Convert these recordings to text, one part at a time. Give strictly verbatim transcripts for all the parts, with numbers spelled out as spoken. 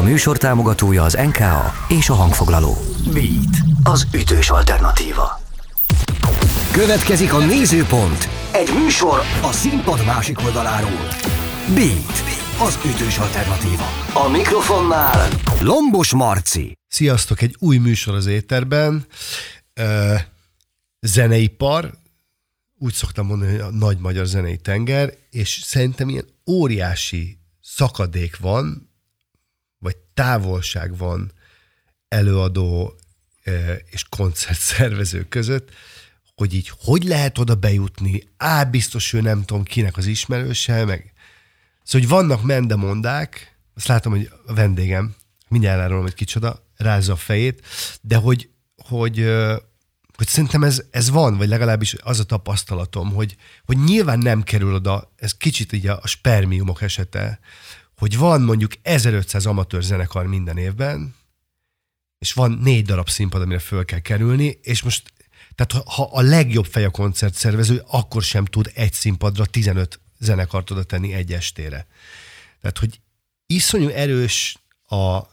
műsor támogatója az en ká á és a hangfoglaló. Beat, az ütős alternatíva. Következik a Nézőpont, egy műsor a színpad másik oldaláról. Beat, az ütős alternatíva. A mikrofonnál Lombos Marci. Sziasztok, egy új műsor az éterben. Uh, zeneipar, úgy szoktam mondani, hogy a nagy magyar zenei tenger, és szerintem ilyen óriási szakadék van, vagy távolság van előadó uh, és koncertszervező között, hogy így hogy lehet oda bejutni, á, biztos ő nem tudom kinek az ismerőse, meg szóval, hogy vannak mendemondák, azt látom, hogy a vendégem, mindjárt elárulom, hogy kicsoda, rázza a fejét, de hogy, hogy, hogy szerintem ez, ez van, vagy legalábbis az a tapasztalatom, hogy, hogy nyilván nem kerül oda, ez kicsit így a, a spermiumok esete, hogy van mondjuk ezerötszáz amatőr zenekar minden évben, és van négy darab színpad, amire föl kell kerülni, és most, tehát ha a legjobb fej a koncertszervező, akkor sem tud egy színpadra tizenöt zenekart oda tenni egy estére. Tehát, hogy iszonyú erős a, a,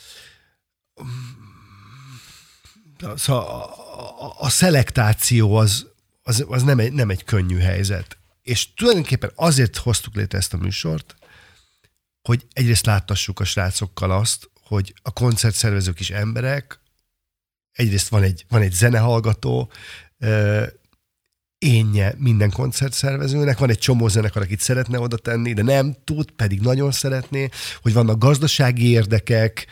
a, a, a szelektáció az, az, az nem, egy, nem egy könnyű helyzet. És tulajdonképpen azért hoztuk létre ezt a műsort, hogy egyrészt láttassuk a srácokkal azt, hogy a koncertszervezők is emberek, egyrészt van egy, van egy zenehallgató, énje minden koncertszervezőnek, van egy csomó zenekar, akit szeretne oda tenni, de nem tud, pedig nagyon szeretné, hogy vannak gazdasági érdekek,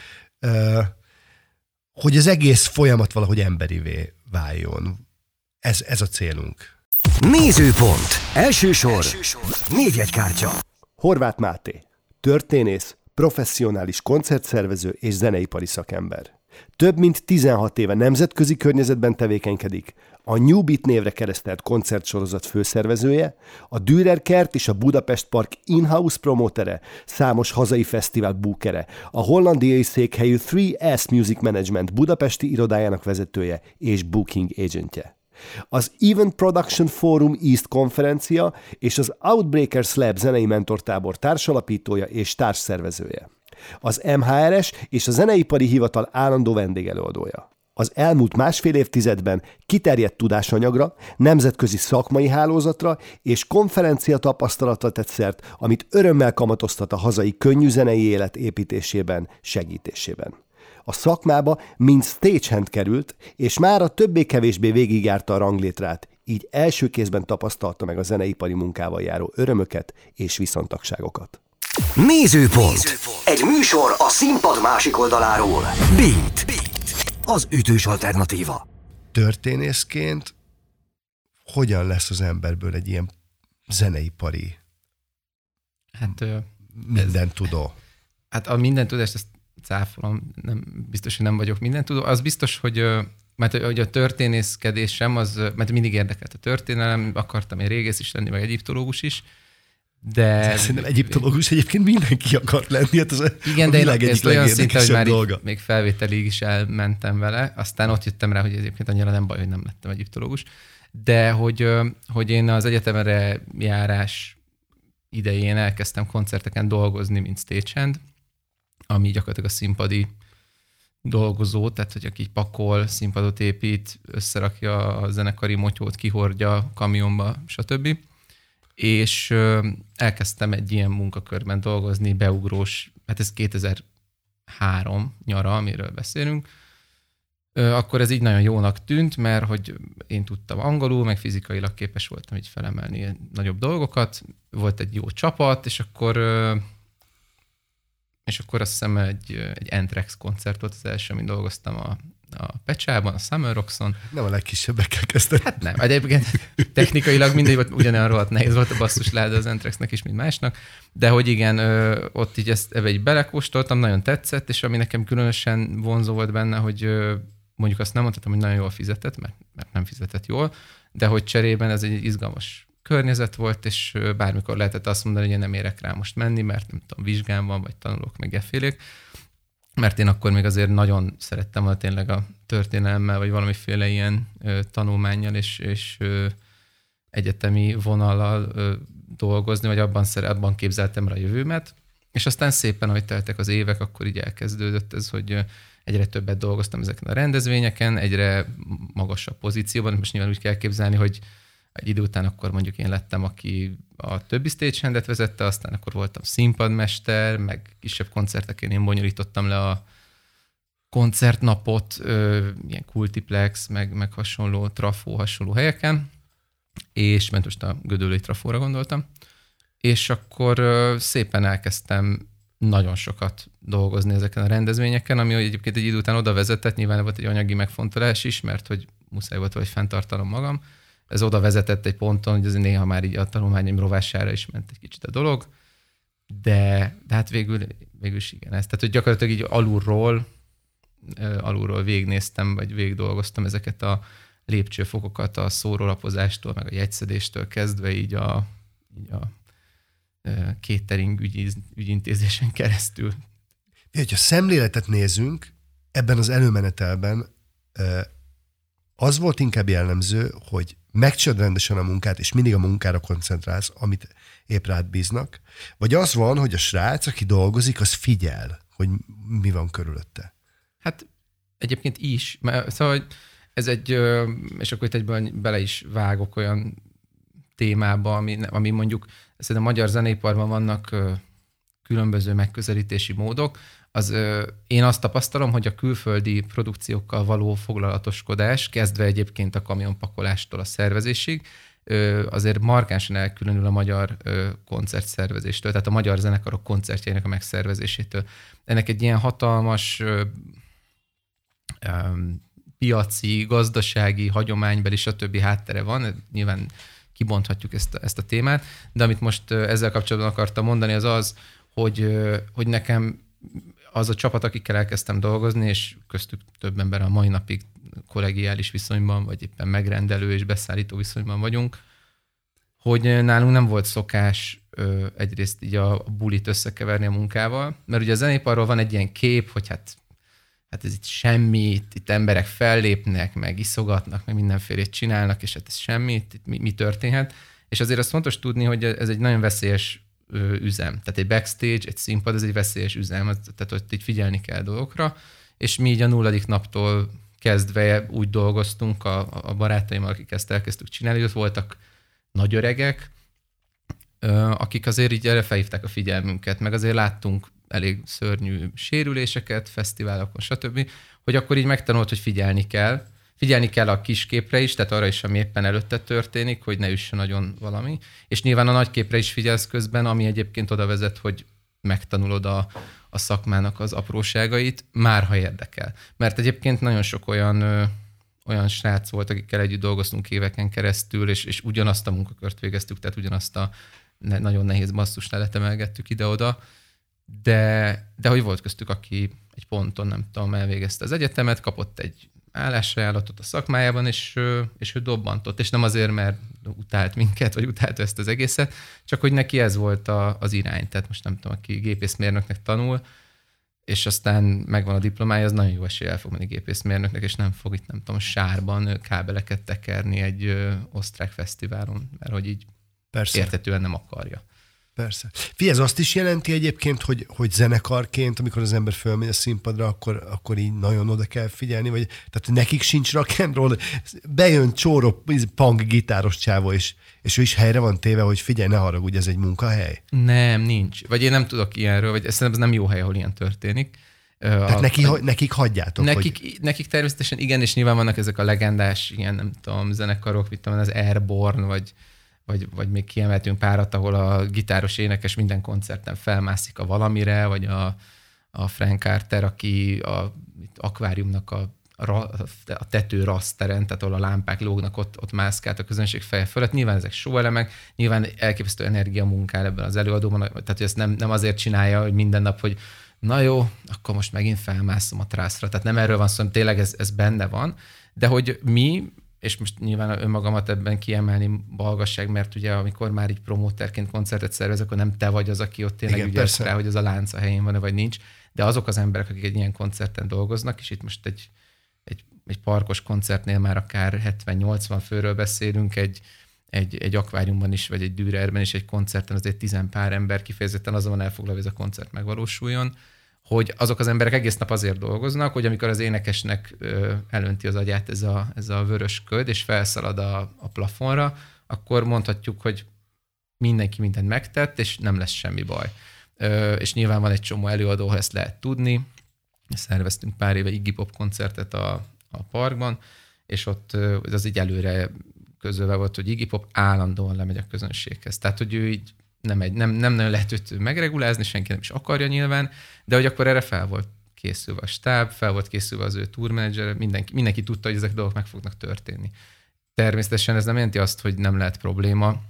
hogy az egész folyamat valahogy emberivé váljon. Ez, ez a célunk. Nézőpont. Első sor. Első sor. Névjegykártya. Horváth Máté. Történész, professzionális koncertszervező és zeneipari szakember. Több mint tizenhat éve nemzetközi környezetben tevékenykedik, a New Beat névre keresztelt koncertsorozat főszervezője, a Dürer Kert és a Budapest Park in-house promótere, számos hazai fesztivál bookere, a hollandiai székhelyű three S Music Management budapesti irodájának vezetője és booking agentje. Az Event Production Forum East konferencia és az Outbreakers Lab zenei mentortábor társalapítója és társszervezője. Az em há er es és a Zeneipari Hivatal állandó vendégelőadója. Az elmúlt másfél évtizedben kiterjedt tudásanyagra, nemzetközi szakmai hálózatra és konferencia tapasztalatra tett szert, amit örömmel kamatoztat a hazai könnyű zenei élet építésében, segítésében. A szakmába mind stagehand került, és mára többé-kevésbé végigjárta a ranglétrát, így első kézben tapasztalta meg a zeneipari munkával járó örömöket és viszontagságokat. Nézőpont. Nézőpont. Egy műsor a színpad másik oldaláról. Beat. Beat. Az ütős alternatíva. Történészként hogyan lesz az emberből egy ilyen zeneipari hát, minden ez, tudó? Hát a minden tudást, ezt cáfolom, nem, biztos, hogy nem vagyok minden tudó. Az biztos, hogy, mert, hogy a történészkedésem, az, mert mindig érdekelt a történelem, akartam egy régész is lenni, vagy egyiptológus is, de... Szerintem egyiptológus egyébként mindenki akart lenni, hát az igen, a de világ én egyik olyan szinten, hogy már dolga. még felvételig is elmentem vele, aztán ott jöttem rá, hogy egyébként annyira nem baj, hogy nem lettem egyiptológus, de hogy, hogy én az egyetemre járás idején elkezdtem koncerteken dolgozni, mint stagehand, ami gyakorlatilag a színpadi dolgozó, tehát hogy aki pakol, színpadot épít, összerakja a zenekari motyót, kihordja kamionba, stb. És elkezdtem egy ilyen munkakörben dolgozni, beugrós, hát ez kétezer-három nyara, amiről beszélünk. Akkor ez így nagyon jónak tűnt, mert hogy én tudtam angolul, meg fizikailag képes voltam így felemelni nagyobb dolgokat. Volt egy jó csapat, és akkor és akkor azt hiszem egy, egy Anthrax koncert volt az első, amin dolgoztam a, a Pecsában, a Summer Rocks-on. Nem a legkisebbekkel kezdett. Hát nem, egyébként technikailag mindegy volt, ugyanolyan rohadt nehéz volt a basszusláda az Anthraxnek is, mint másnak, de hogy igen, ö, ott így ezt ebbe így belekóstoltam, nagyon tetszett, és ami nekem különösen vonzó volt benne, hogy ö, mondjuk azt nem mondhatom, hogy nagyon jól fizetett, mert, mert nem fizetett jól, de hogy cserében ez egy izgalmas környezet volt, és bármikor lehetett azt mondani, hogy én nem érek rá most menni, mert nem tudom, vizsgám van, vagy tanulok, meg effélék. Mert én akkor még azért nagyon szerettem volna tényleg a történelemmel, vagy valamiféle ilyen ö, tanulmánnyal és, és ö, egyetemi vonallal ö, dolgozni, vagy abban, szere, abban képzeltem rá a jövőmet. És aztán szépen, ahogy teltek az évek, akkor így elkezdődött ez, hogy egyre többet dolgoztam ezeken a rendezvényeken, egyre magasabb pozícióban. Most nyilván úgy kell képzelni, hogy egy idő után akkor mondjuk én lettem, aki a többi stagehandet vezette, aztán akkor voltam színpadmester, meg kisebb koncerteken én bonyolítottam le a koncertnapot, ilyen Kultiplex, meg, meg hasonló, trafó, hasonló helyeken, és ment most a gödöllői trafóra gondoltam, és akkor szépen elkezdtem nagyon sokat dolgozni ezeken a rendezvényeken, ami egyébként egy idő után oda vezetett, nyilván volt egy anyagi megfontolás is, mert hogy muszáj volt vagy fenntartanom magam. Ez oda vezetett egy ponton, hogy azért néha már így a tanulmányom rovására is ment egy kicsit a dolog, de, de hát végül, végül is igen. Ez. Tehát, hogy gyakorlatilag így alulról, alulról végignéztem, vagy végigdolgoztam ezeket a lépcsőfokokat a szórólapozástól, meg a jegyszedéstől kezdve így a, így a catering ügy, ügyintézésen keresztül. Ha szemléletet nézünk, ebben az előmenetelben az volt inkább jellemző, hogy megcsinálod rendesen a munkát, és mindig a munkára koncentrálsz, amit épp rád bíznak, vagy az van, hogy a srác, aki dolgozik, az figyel, hogy mi van körülötte. Hát egyébként is. Szóval ez egy, és akkor itt egyben bele is vágok olyan témába, ami, ami mondjuk szerintem a magyar zeneiparban vannak különböző megközelítési módok. Az, én azt tapasztalom, hogy a külföldi produkciókkal való foglalatoskodás, kezdve egyébként a kamionpakolástól a szervezésig, azért markánsan elkülönül a magyar koncertszervezéstől, tehát a magyar zenekarok koncertjeinek a megszervezésétől. Ennek egy ilyen hatalmas piaci, gazdasági, hagyománybeli, stb. Háttere van. Nyilván kibonthatjuk ezt a, ezt a témát, de amit most ezzel kapcsolatban akartam mondani, az az, hogy, hogy nekem az a csapat, akikkel elkezdtem dolgozni, és köztük több ember a mai napig kollegiális viszonyban, vagy éppen megrendelő és beszállító viszonyban vagyunk, hogy nálunk nem volt szokás egyrészt így a bulit összekeverni a munkával, mert ugye a zeneiparról van egy ilyen kép, hogy hát hát ez itt semmi, itt, itt emberek fellépnek, meg iszogatnak, meg mindenfélét csinálnak, és hát ez semmi, itt mi, mi történhet. És azért azt fontos tudni, hogy ez egy nagyon veszélyes ö, üzem. Tehát egy backstage, egy színpad, ez egy veszélyes üzem, tehát ott így figyelni kell dolgokra, és mi így a nulladik naptól kezdve úgy dolgoztunk a, a barátaimmal, akik ezt elkezdtük csinálni, ott voltak nagy öregek, ö, akik azért így erre felhívták a figyelmünket, meg azért láttunk elég szörnyű sérüléseket, fesztiválokon, stb., hogy akkor így megtanult, hogy figyelni kell. Figyelni kell a kisképre is, tehát arra is, ami éppen előtte történik, hogy ne üssön nagyon valami. És nyilván a nagyképre is figyelsz közben, ami egyébként oda vezet, hogy megtanulod a, a szakmának az apróságait, már ha érdekel. Mert egyébként nagyon sok olyan, ö, olyan srác volt, akikkel együtt dolgoztunk éveken keresztül, és, és ugyanazt a munkakört végeztük, tehát ugyanazt a ne, nagyon nehéz basszust letemelgettük ide-oda, De, de hogy volt köztük, aki egy ponton, nem tudom, elvégezte az egyetemet, kapott egy állásajánlatot a szakmájában, és, és ő dobbantott. És nem azért, mert utált minket, vagy utálta ezt az egészet, csak hogy neki ez volt a, az irány. Tehát most nem tudom, aki gépészmérnöknek tanul, és aztán megvan a diplomája, az nagyon jó eséllyel fog menni gépészmérnöknek, és nem fog itt, nem tudom, sárban kábeleket tekerni egy ö, osztrák fesztiválon, mert hogy így Persze. érthetően nem akarja. Persze. Figyelj, ez azt is jelenti egyébként, hogy, hogy zenekarként, amikor az ember fölmegy a színpadra, akkor, akkor így nagyon oda kell figyelni, vagy tehát nekik sincs rock and roll, bejön csóró, punk gitáros csávó, és, és ő is helyre van téve, hogy figyelj, ne haragudj, ez egy munkahely? Nem, nincs. Vagy én nem tudok ilyenről, vagy szerintem ez nem jó hely, ahol ilyen történik. Tehát a, neki, a, nekik hagyjátok? Nekik, hogy... nekik természetesen igen, és nyilván vannak ezek a legendás, ilyen nem tudom, zenekarok, mit tudom, az Airborne, vagy Vagy, vagy még kiemeltünk párat, ahol a gitáros énekes minden koncerten felmászik a valamire, vagy a, a Frank Carter, aki a akváriumnak a, a tető raszteren, tehát ahol a lámpák lógnak, ott, ott mászkált a közönség feje fölött. Nyilván ezek showelemek, nyilván elképesztő energia munkál ebben az előadóban, tehát hogy ezt nem, nem azért csinálja, hogy minden nap, hogy na jó, akkor most megint felmászom a trászra. Tehát nem erről van szó, tényleg ez, ez benne van, de hogy mi, és most nyilván önmagamat ebben kiemelni balgasság, mert ugye amikor már így promóterként koncertet szervez, akkor nem te vagy az, aki ott tényleg Igen, ügyelsz persze. rá, hogy az a lánc a helyén van, vagy nincs, de azok az emberek, akik egy ilyen koncerten dolgoznak, és itt most egy, egy, egy parkos koncertnél már akár hetven-nyolcvan főről beszélünk, egy, egy, egy akváriumban is, vagy egy Dürerben is egy koncerten azért tizen pár ember kifejezetten azon van elfoglalva, hogy ez a koncert megvalósuljon, hogy azok az emberek egész nap azért dolgoznak, hogy amikor az énekesnek ö, elönti az agyát ez a, ez a vörös köd, és felszalad a, a plafonra, akkor mondhatjuk, hogy mindenki mindent megtett, és nem lesz semmi baj. Ö, és nyilván van egy csomó előadó, ha ezt lehet tudni. Szerveztünk pár éve Iggy Pop koncertet a, a parkban, és ott az így előre közölve volt, hogy Iggy Pop állandóan lemegy a közönséghez. Tehát, hogy ő így nem, egy, nem, nem nagyon lehet őt megregulázni, senki nem is akarja nyilván, de hogy akkor erre fel volt készülve a stáb, fel volt készülve az ő tourmenedzser, mindenki, mindenki tudta, hogy ezek dolgok meg fognak történni. Természetesen ez nem jelenti azt, hogy nem lehet probléma,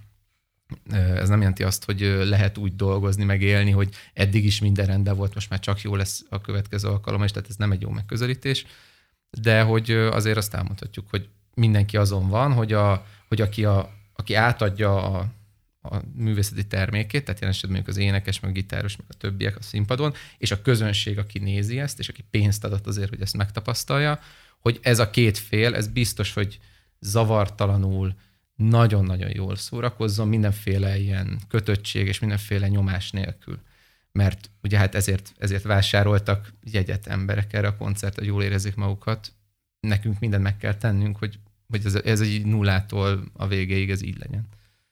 ez nem jelenti azt, hogy lehet úgy dolgozni, meg élni, hogy eddig is minden rendben volt, most már csak jó lesz a következő alkalom, és tehát ez nem egy jó megközelítés, de hogy azért azt elmondhatjuk, hogy mindenki azon van, hogy, a, hogy aki, a, aki átadja a, a művészeti termékét, tehát jelen esetben mondjuk az énekes, meg a gitáros, meg a többiek a színpadon, és a közönség, aki nézi ezt, és aki pénzt adott azért, hogy ezt megtapasztalja, hogy ez a két fél, ez biztos, hogy zavartalanul, nagyon-nagyon jól szórakozzon, mindenféle ilyen kötöttség és mindenféle nyomás nélkül. Mert ugye hát ezért, ezért vásároltak jegyet emberek erre a koncertre, jól érezzék magukat. Nekünk mindent meg kell tennünk, hogy, hogy ez, ez egy nullától a végéig ez így legyen.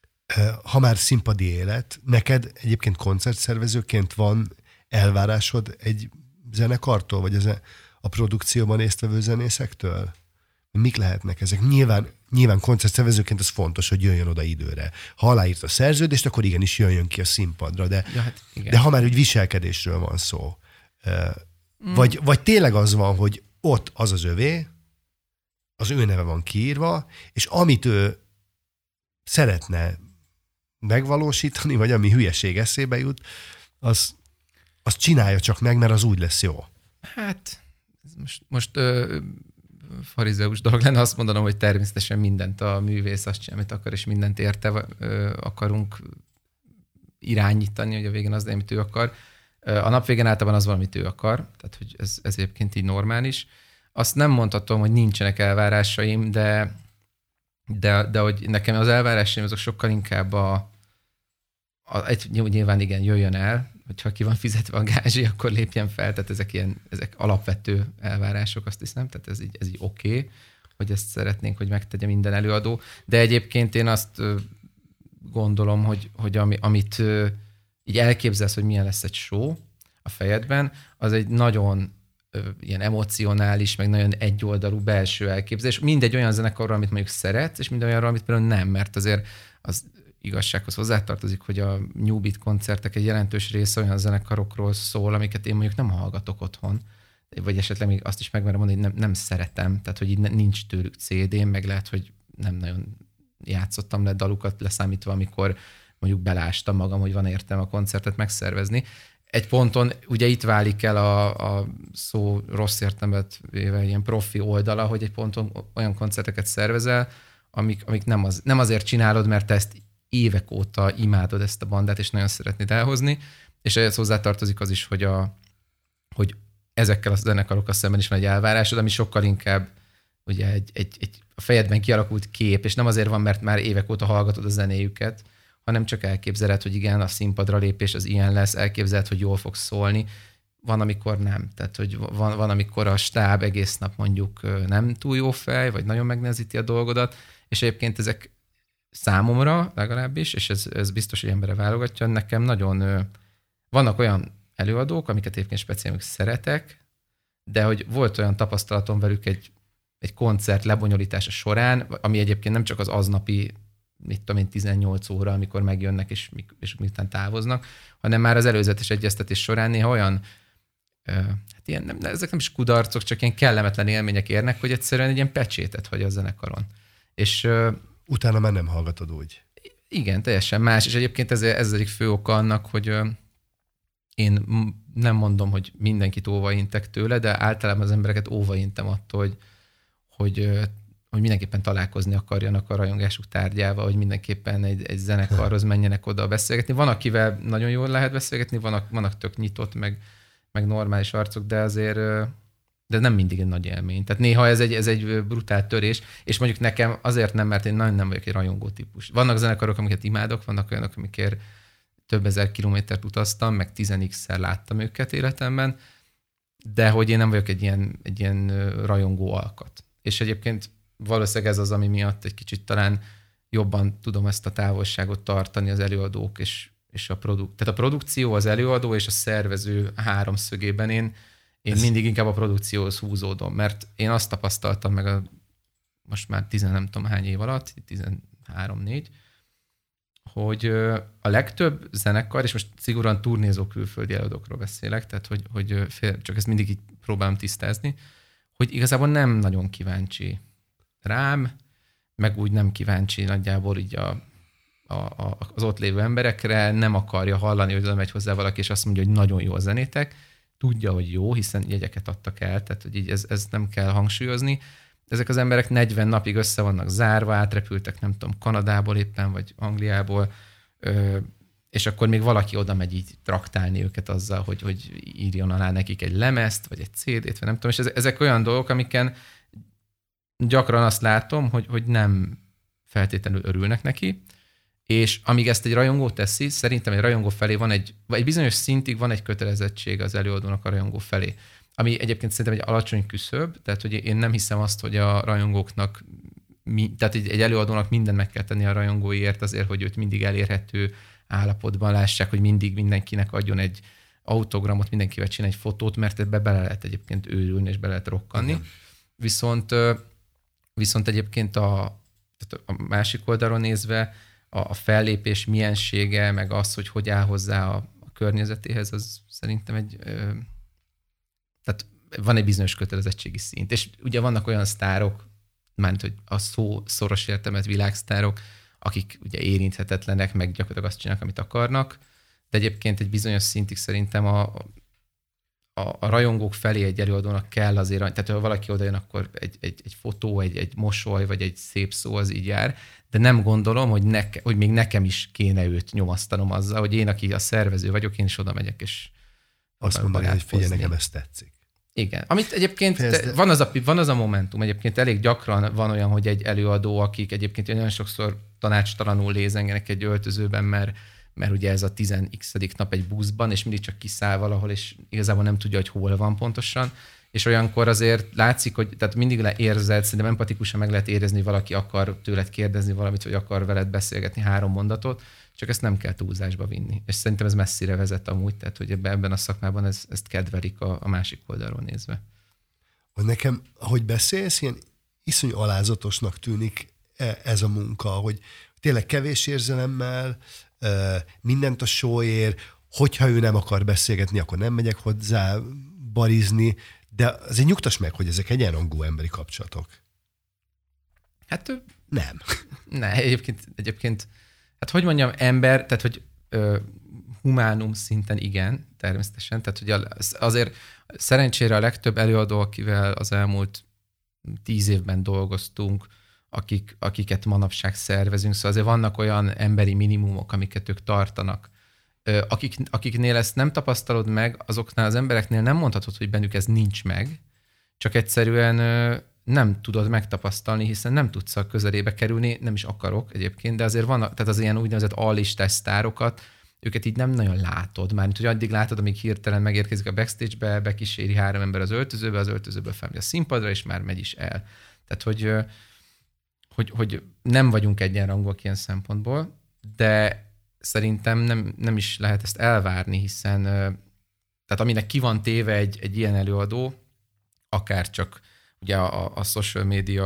Ha már színpadi élet, neked egyébként koncertszervezőként van elvárásod egy zenekartól, vagy ez a produkcióban résztvevő zenészektől? Mik lehetnek ezek? Nyilván, nyilván koncertszervezőként az fontos, hogy jöjjön oda időre. Ha aláírt a szerződést, akkor igenis jöjjön ki a színpadra, de, ja, hát de ha már úgy viselkedésről van szó, vagy, mm. vagy tényleg az van, hogy ott az az övé, az ő neve van kiírva, és amit ő szeretne megvalósítani, vagy ami hülyeség eszébe jut, az, az csinálja csak meg, mert az úgy lesz jó. Hát most, most ö, farizeus dolog lenne azt mondanom, hogy természetesen mindent a művész azt csinál, amit akar, és mindent érte ö, akarunk irányítani, hogy a végén az, amit ő akar. A nap végén általában az van, amit ő akar, tehát hogy ez, ez egyébként így normális. Azt nem mondhatom, hogy nincsenek elvárásaim, de, de, de hogy nekem az elvárásaim azok sokkal inkább a, a egy, nyilván igen, jöjjön el, hogyha ki van fizetve a gázsi, akkor lépjen fel, tehát ezek ilyen, ezek alapvető elvárások, azt hiszem, tehát ez így, ez így oké, okay, hogy ezt szeretnénk, hogy megtegye minden előadó, de egyébként én azt gondolom, hogy, hogy ami, amit így elképzelsz, hogy milyen lesz egy show a fejedben, az egy nagyon ilyen emocionális, meg nagyon egyoldalú belső elképzelés. Mindegy olyan zenekarról, amit mondjuk szeretsz, és minden olyanról, amit például nem, mert azért az igazsághoz hozzátartozik, hogy a New Beat koncertek egy jelentős része olyan zenekarokról szól, amiket én mondjuk nem hallgatok otthon, vagy esetleg még azt is megmerem mondani, hogy nem, nem szeretem, tehát hogy így nincs tőlük cé dém, meg lehet, hogy nem nagyon játszottam le dalukat leszámítva, amikor mondjuk belástam magam, hogy van értelme a koncertet megszervezni. Egy ponton ugye itt válik el a, a szó rossz értelmet véve ilyen profi oldala, hogy egy ponton olyan koncerteket szervezel, amik, amik nem, az, nem azért csinálod, mert te ezt évek óta imádod ezt a bandát, és nagyon szeretnéd elhozni, és ehhez hozzátartozik az is, hogy, a, hogy ezekkel a zenekarokkal szemben is van egy elvárásod, ami sokkal inkább ugye egy, egy, egy a fejedben kialakult kép, és nem azért van, mert már évek óta hallgatod a zenéjüket, hanem csak elképzeled, hogy igen, a színpadra lépés az ilyen lesz, elképzeled, hogy jól fogsz szólni. Van, amikor nem. Tehát, hogy van, van, amikor a stáb egész nap mondjuk nem túl jó fej, vagy nagyon megnehezíti a dolgodat, és egyébként ezek számomra legalábbis, és ez, ez biztos, hogy embere válogatja, nekem nagyon vannak olyan előadók, amiket egyébként speciálisan szeretek, de hogy volt olyan tapasztalatom velük egy, egy koncert lebonyolítása során, ami egyébként nem csak az aznapi mit tudom én, tizennyolc óra, amikor megjönnek, és, és miután távoznak, hanem már az előzetes egyeztetés során néha olyan, hát ilyen, nem, ezek nem is kudarcok, csak ilyen kellemetlen élmények érnek, hogy egyszerűen egy ilyen pecsétet hagy a zenekaron. És utána már nem hallgatod úgy. Igen, teljesen más, és egyébként ez, ez az egyik fő oka annak, hogy én nem mondom, hogy mindenkit óvaintek tőle, de általában az embereket óvaintem attól, hogy, hogy hogy mindenképpen találkozni akarjanak a rajongásuk tárgyával, hogy mindenképpen egy, egy zenekarhoz menjenek oda beszélgetni. Van, akivel nagyon jól lehet beszélgetni, vannak, vannak tök nyitott, meg, meg normális arcok, de azért de nem mindig egy nagy élmény. Tehát néha ez egy, ez egy brutál törés, és mondjuk nekem azért nem, mert én nagyon nem vagyok egy rajongó típus. Vannak zenekarok, amiket imádok, vannak olyanok, amikért több ezer kilométert utaztam, meg tizenekszer láttam őket életemben, de hogy én nem vagyok egy ilyen, egy ilyen rajongó alkat. És egyébként valószínűleg ez az, ami miatt egy kicsit talán jobban tudom ezt a távolságot tartani az előadók és, és a produkt. Tehát a produkció, az előadó és a szervező háromszögében én, én ez... mindig inkább a produkcióhoz húzódom, mert én azt tapasztaltam meg a, most már tizen nem tudom hány év alatt, tizenhárom-négy, hogy a legtöbb zenekar, és most szigorúan turnézó külföldi előadókról beszélek, tehát hogy, hogy fél, csak ezt mindig így próbálom tisztázni, hogy igazából nem nagyon kíváncsi rám, meg úgy nem kíváncsi nagyjából így a, a, a, az ott lévő emberekre, nem akarja hallani, hogy oda megy hozzá valaki, és azt mondja, hogy nagyon jó a zenétek, tudja, hogy jó, hiszen jegyeket adtak el, tehát hogy így ez, ez nem kell hangsúlyozni. Ezek az emberek negyven napig össze vannak zárva, átrepültek, nem tudom, Kanadából éppen, vagy Angliából, és akkor még valaki oda megy így traktálni őket azzal, hogy, hogy írjon alá nekik egy lemezt, vagy egy cé dét, vagy nem tudom, és ezek olyan dolgok, amiken gyakran azt látom, hogy, hogy nem feltétlenül örülnek neki, és amíg ezt egy rajongó teszi, szerintem egy rajongó felé van egy, vagy egy bizonyos szintig van egy kötelezettség az előadónak a rajongó felé, ami egyébként szerintem egy alacsony küszöb, tehát hogy én nem hiszem azt, hogy a rajongóknak, mi, tehát egy, egy előadónak mindent meg kell tenni a rajongóiért azért, hogy őt mindig elérhető állapotban lássák, hogy mindig mindenkinek adjon egy autogramot, mindenkivel csinálj egy fotót, mert ebbe bele lehet egyébként őrülni, és bele lehet rokkanni. Uh-huh. Viszont, viszont egyébként a, tehát a másik oldalról nézve a fellépés miensége, meg az, hogy hogy áll hozzá a, a környezetéhez, az szerintem egy... Tehát van egy bizonyos kötelezettségi szint. És ugye vannak olyan sztárok, mármint, hogy a szó szoros értelmet világsztárok, akik ugye érinthetetlenek, meg gyakorlatilag azt csinálnak, amit akarnak, de egyébként egy bizonyos szintig szerintem a, a, a rajongók felé egy előadónak kell azért, tehát ha valaki odajön, akkor egy, egy, egy fotó, egy, egy mosoly, vagy egy szép szó az így jár, de nem gondolom, hogy, neke, hogy még nekem is kéne őt nyomasztanom azzal, hogy én, aki a szervező vagyok, én is oda megyek, és azt mondani, hogy figyelj, nekem ezt tetszik. Igen. Amit egyébként Fejezde. van az, a, van az a momentum, egyébként elég gyakran van olyan, hogy egy előadó, akik egyébként nagyon sokszor tanácstalanul lézengenek egy öltözőben, mert, mert ugye ez a tizenedik nap egy buszban, és mindig csak kiszáll valahol, és igazából nem tudja, hogy hol van pontosan, és olyankor azért látszik, hogy tehát mindig érzed, szerintem empatikusan meg lehet érezni, hogy valaki akar tőled kérdezni valamit, vagy akar veled beszélgetni három mondatot, csak ezt nem kell túlzásba vinni. És szerintem ez messzire vezet amúgy, tehát hogy ebben a szakmában ez, ezt kedvelik a, a másik oldalról nézve. Nekem, ahogy beszélsz, ilyen iszonyú alázatosnak tűnik ez a munka, hogy tényleg kevés érzelemmel, mindent a showért, hogyha ő nem akar beszélgetni, akkor nem megyek hozzá barizni, de azért nyugtass meg, hogy ezek egyenrangú emberi kapcsolatok. Hát nem. Ne, egyébként, egyébként hát hogy mondjam, ember, tehát hogy ö, humánum szinten igen, természetesen, tehát hogy azért szerencsére a legtöbb előadó, akivel az elmúlt tíz évben dolgoztunk, akik, akiket manapság szervezünk, szóval azért vannak olyan emberi minimumok, amiket ők tartanak. Ö, akik, akiknél ezt nem tapasztalod meg, azoknál az embereknél nem mondhatod, hogy bennük ez nincs meg, csak egyszerűen ö, nem tudod megtapasztalni, hiszen nem tudsz a közelébe kerülni, nem is akarok egyébként, de azért van, tehát az ilyen úgynevezett A-listás sztárokat, őket így nem nagyon látod, mármint, hogy addig látod, amíg hirtelen megérkezik a backstage-be, bekíséri három ember az öltözőbe, az öltözőből felmegy a színpadra, és már megy is el. Tehát, hogy, hogy, hogy nem vagyunk egyenrangúak ilyen szempontból, de szerintem nem, nem is lehet ezt elvárni, hiszen tehát aminek ki van téve egy, egy ilyen előadó, akár csak ugye a, a social media,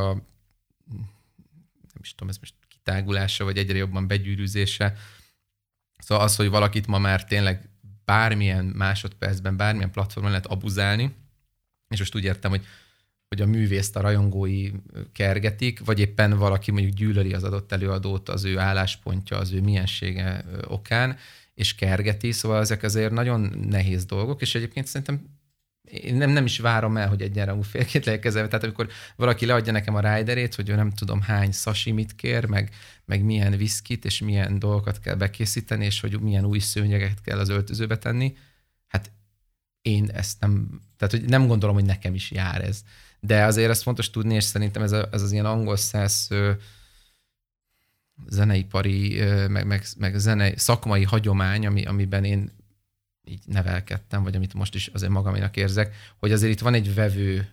nem is tudom, ez most kitágulása, vagy egyre jobban begyűrűzése. Szóval az, hogy valakit ma már tényleg bármilyen másodpercben, bármilyen platformon lehet abuzálni, és most úgy értem, hogy, hogy a művészt a rajongói kergetik, vagy éppen valaki mondjuk gyűlöli az adott előadót, az ő álláspontja, az ő miensége okán, és kergeti, szóval ezek azért nagyon nehéz dolgok, és egyébként szerintem én nem, nem is várom el, hogy egyenrangú félként legyen kezelve. Tehát amikor valaki leadja nekem a riderét, hogy ő nem tudom hány sashimit kér, meg, meg milyen viszkit, és milyen dolgokat kell bekészíteni, és hogy milyen új szőnyegeket kell az öltözőbe tenni, hát én ezt nem, tehát hogy nem gondolom, hogy nekem is jár ez. De azért ezt fontos tudni, és szerintem ez, a, ez az ilyen angol száz zeneipari, meg, meg, meg zenei, szakmai hagyomány, ami, amiben én így nevelkedtem, vagy amit most is azért magaménak érzek, hogy azért itt van egy vevő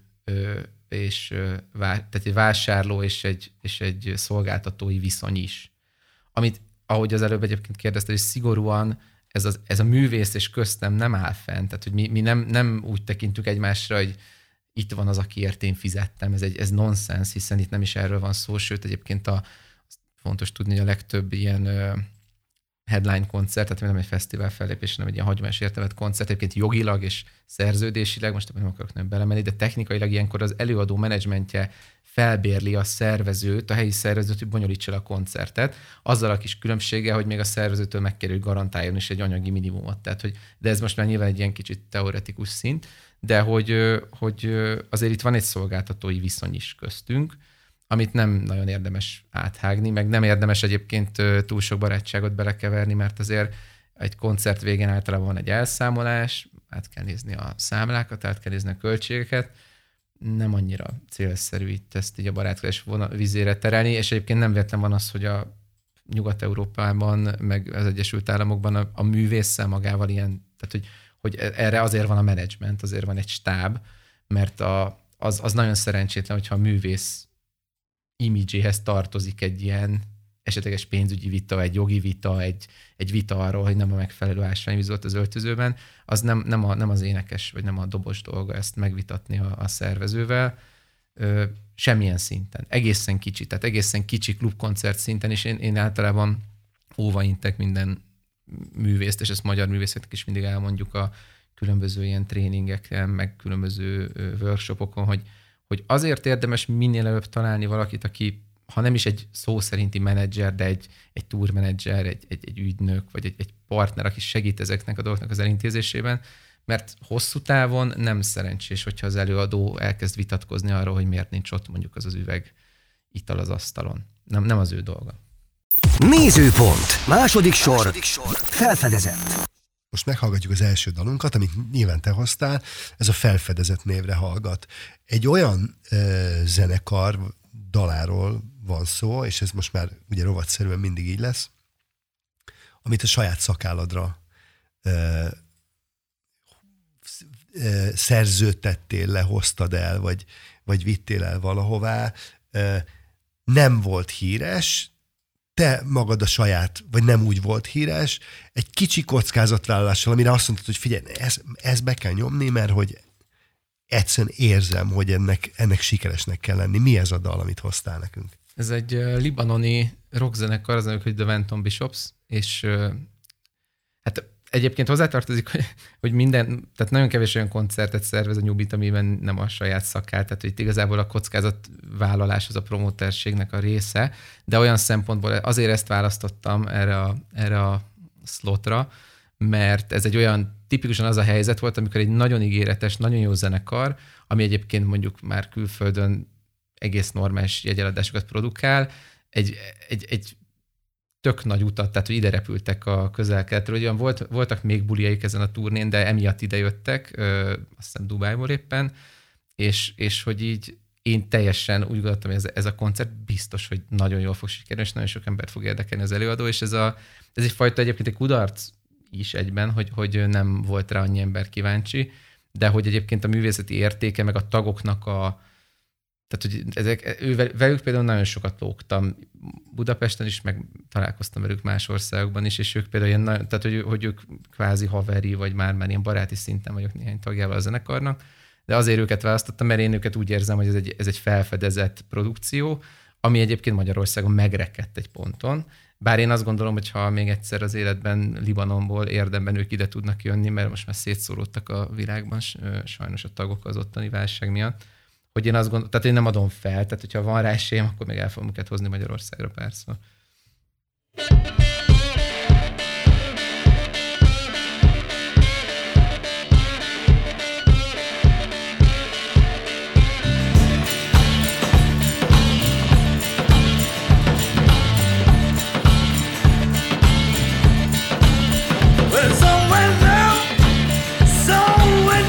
és tehát egy vásárló és egy, és egy szolgáltatói viszony is. Amit, ahogy az előbb egyébként kérdezte, hogy szigorúan ez, az, ez a művész és köztem nem áll fenn. Tehát, hogy mi, mi nem, nem úgy tekintünk egymásra, hogy itt van az, akiért én fizettem. Ez, egy, ez nonsens, hiszen itt nem is erről van szó, sőt egyébként a, fontos tudni, hogy a legtöbb ilyen uh, headline koncert, tehát nem egy fesztivál fellépés, hanem egy ilyen hagyományos értelmet koncert, egyébként jogilag és szerződésileg, most nem akarok nem belemenni, de technikailag ilyenkor az előadó menedzsmentje felbérli a szervezőt, a helyi szervezőt, hogy bonyolítsa a koncertet, azzal a kis különbséggel, hogy még a szervezőtől megkérdő, hogy garantáljon is egy anyagi minimumot. Tehát, hogy, de ez most már nyilván egy ilyen kicsit teoretikus szint, de hogy, hogy azért itt van egy szolgáltatói viszony is köztünk, amit nem nagyon érdemes áthágni, meg nem érdemes egyébként túl sok barátságot belekeverni, mert azért egy koncert végén általában van egy elszámolás, át kell nézni a számlákat, át kell nézni a költségeket, nem annyira célszerű itt ezt így a barátkozás vizére terelni, és egyébként nem véletlen van az, hogy a Nyugat-Európában, meg az Egyesült Államokban a, a művésszel magával ilyen, tehát hogy, hogy erre azért van a menedzsment, azért van egy stáb, mert a, az, az nagyon szerencsétlen, hogyha a művész imidzséhez tartozik egy ilyen esetleges pénzügyi vita, egy jogi vita, egy, egy vita arról, hogy nem a megfelelő ásványvíz volt az öltözőben, az nem, nem, a, nem az énekes, vagy nem a dobos dolga ezt megvitatni a, a szervezővel, ö, semmilyen szinten. Egészen kicsi, tehát egészen kicsi klubkoncert szinten, és én, én általában óvaintek minden művészt, és ezt magyar művészeknek is mindig elmondjuk a különböző ilyen tréningeken, meg különböző workshopokon, hogy hogy azért érdemes minél előbb találni valakit, aki, ha nem is egy szó szerinti menedzser, de egy, egy tourmenedzser, egy, egy, egy ügynök, vagy egy, egy partner, aki segít ezeknek a dolgoknak az elintézésében, mert hosszú távon nem szerencsés, hogyha az előadó elkezd vitatkozni arról, hogy miért nincs ott mondjuk az az üveg ital az asztalon. Nem, nem az ő dolga. Nézőpont. Második sor. Második sor. Felfedezett. Most meghallgatjuk az első dalunkat, amit nyilván te hoztál, ez a Felfedezett névre hallgat. Egy olyan e, zenekar daláról van szó, és ez most már ugye rovatszerűen mindig így lesz, amit a saját szakálladra e, e, szerződtettél le, hoztad el, vagy, vagy vittél el valahová. E, nem volt híres, te magad a saját, vagy nem úgy volt híres, egy kicsi kockázatvállalással, amire azt mondtad, hogy figyelj, ezt, ezt be kell nyomni, mert hogy egyszerűen érzem, hogy ennek, ennek sikeresnek kell lenni. Mi ez a dal, amit hoztál nekünk? Ez egy uh, libanoni rockzenekar, az nevük, hogy The Venton Bishops, és uh, hát egyébként hozzátartozik, hogy, hogy minden, tehát nagyon kevés olyan koncertet szervez a New Beat, amiben nem a saját szakál, tehát hogy itt igazából a kockázatvállalás az a promóterségnek a része, de olyan szempontból azért ezt választottam erre a, erre a slotra, mert ez egy olyan, tipikusan az a helyzet volt, amikor egy nagyon ígéretes, nagyon jó zenekar, ami egyébként mondjuk már külföldön egész normális jegyeladásokat produkál, egy, egy, egy tök nagy utat, tehát hogy ide repültek a közel-keletről. Ugyan volt, voltak még buliaik ezen a turnén, de emiatt ide jöttek, ö, azt hiszem Dubájból éppen, és, és hogy így én teljesen úgy gondoltam, hogy ez, ez a koncert biztos, hogy nagyon jól fog sikerülni, és nagyon sok embert fog érdekelni az előadó, és ez, a, ez egy fajta egyébként egy kudarc is egyben, hogy, hogy nem volt rá annyi ember kíváncsi, de hogy egyébként a művészeti értéke, meg a tagoknak a tehát, hogy ezek, ő, velük például nagyon sokat lógtam Budapesten is, meg találkoztam velük más országokban is, és ők például ilyen, tehát, hogy, hogy ők kvázi haveri, vagy már, már ilyen baráti szinten vagyok néhány tagjával a zenekarnak, de azért őket választottam, mert én őket úgy érzem, hogy ez egy, ez egy felfedezett produkció, ami egyébként Magyarországon megrekedt egy ponton. Bár én azt gondolom, hogy ha még egyszer az életben Libanonból érdemben ők ide tudnak jönni, mert most már szétszóródtak a világban, sajnos a tagok az ottani válság miatt, hogy én azt gondolom, tehát én nem adom fel, tehát hogyha van rá esélyem, akkor még el fogom őket hozni Magyarországra párszor. Well, somewhere there, somewhere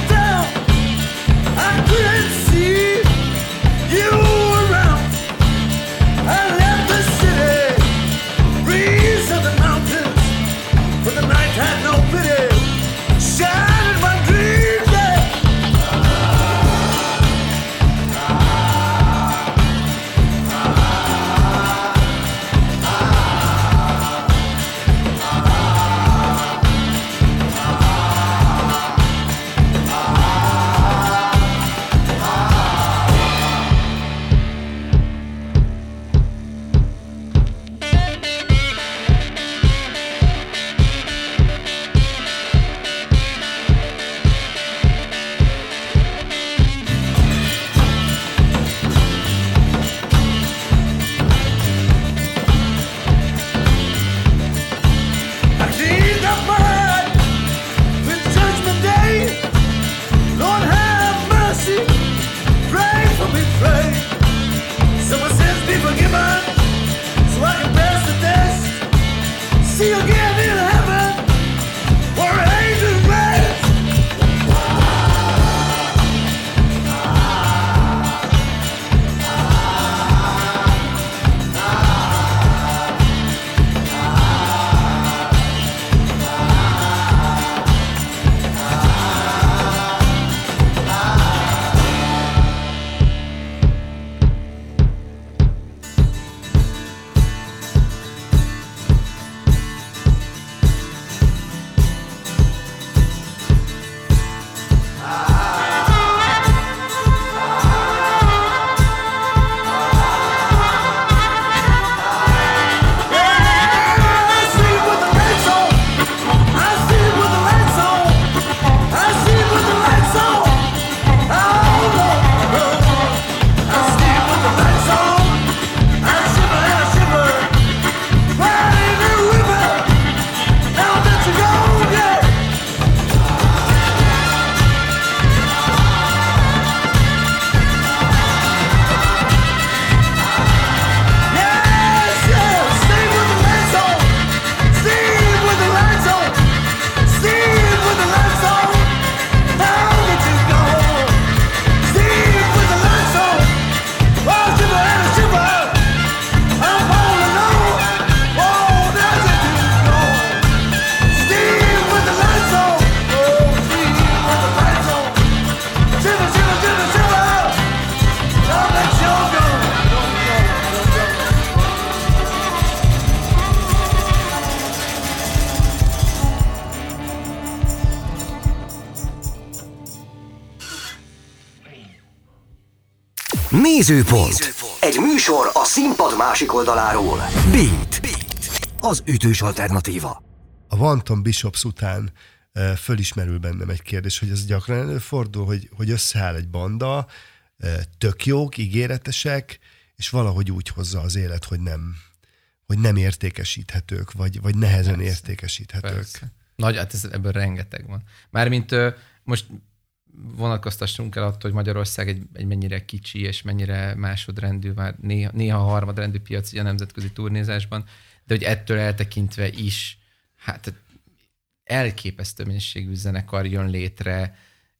Nézőpont. Egy műsor a színpad másik oldaláról. Beat. Beat. Az ütős alternatíva. A Wanton Bishops után uh, fölismerül bennem egy kérdés, hogy ez gyakran előfordul, hogy, hogy összeáll egy banda, uh, tök jók, ígéretesek, és valahogy úgy hozza az élet, hogy nem, hogy nem értékesíthetők, vagy, vagy nehezen persze, értékesíthetők. Persze. Nagy, hát ez, ebből rengeteg van. Mármint uh, most vonatkoztassunk el attól, hogy Magyarország egy, egy mennyire kicsi és mennyire másodrendű, már néha, néha harmadrendű piac a nemzetközi turnézásban, de hogy ettől eltekintve is hát elképesztő mennyiségű zenekar jön létre,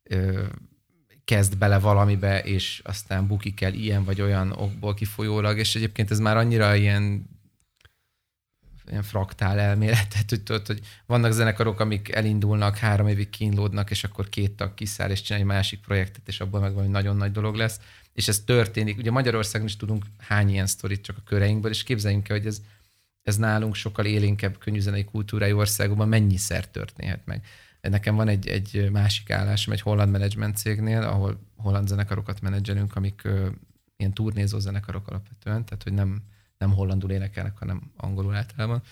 kezd bele valamibe, és aztán bukik el ilyen vagy olyan okból kifolyólag, és egyébként ez már annyira ilyen, ilyen fraktál elméletet, hogy tudod, hogy vannak zenekarok, amik elindulnak, három évig kínlódnak, és akkor két tag kiszáll, és csinál egy másik projektet, és abban meg valami nagyon nagy dolog lesz. És ez történik. Ugye Magyarországon is tudunk hány ilyen sztorit csak a köreinkből, és képzeljünk el, hogy ez ez nálunk sokkal élénkebb könnyűzenei kultúrájú országokban mennyiszer történhet meg. Nekem van egy, egy másik állásom egy holland menedzsment cégnél, ahol holland zenekarokat menedzselünk, amik ö, ilyen turnézó zenekarok alapvetően, tehát hogy nem, nem hollandul énekelnek, hanem angolul általában.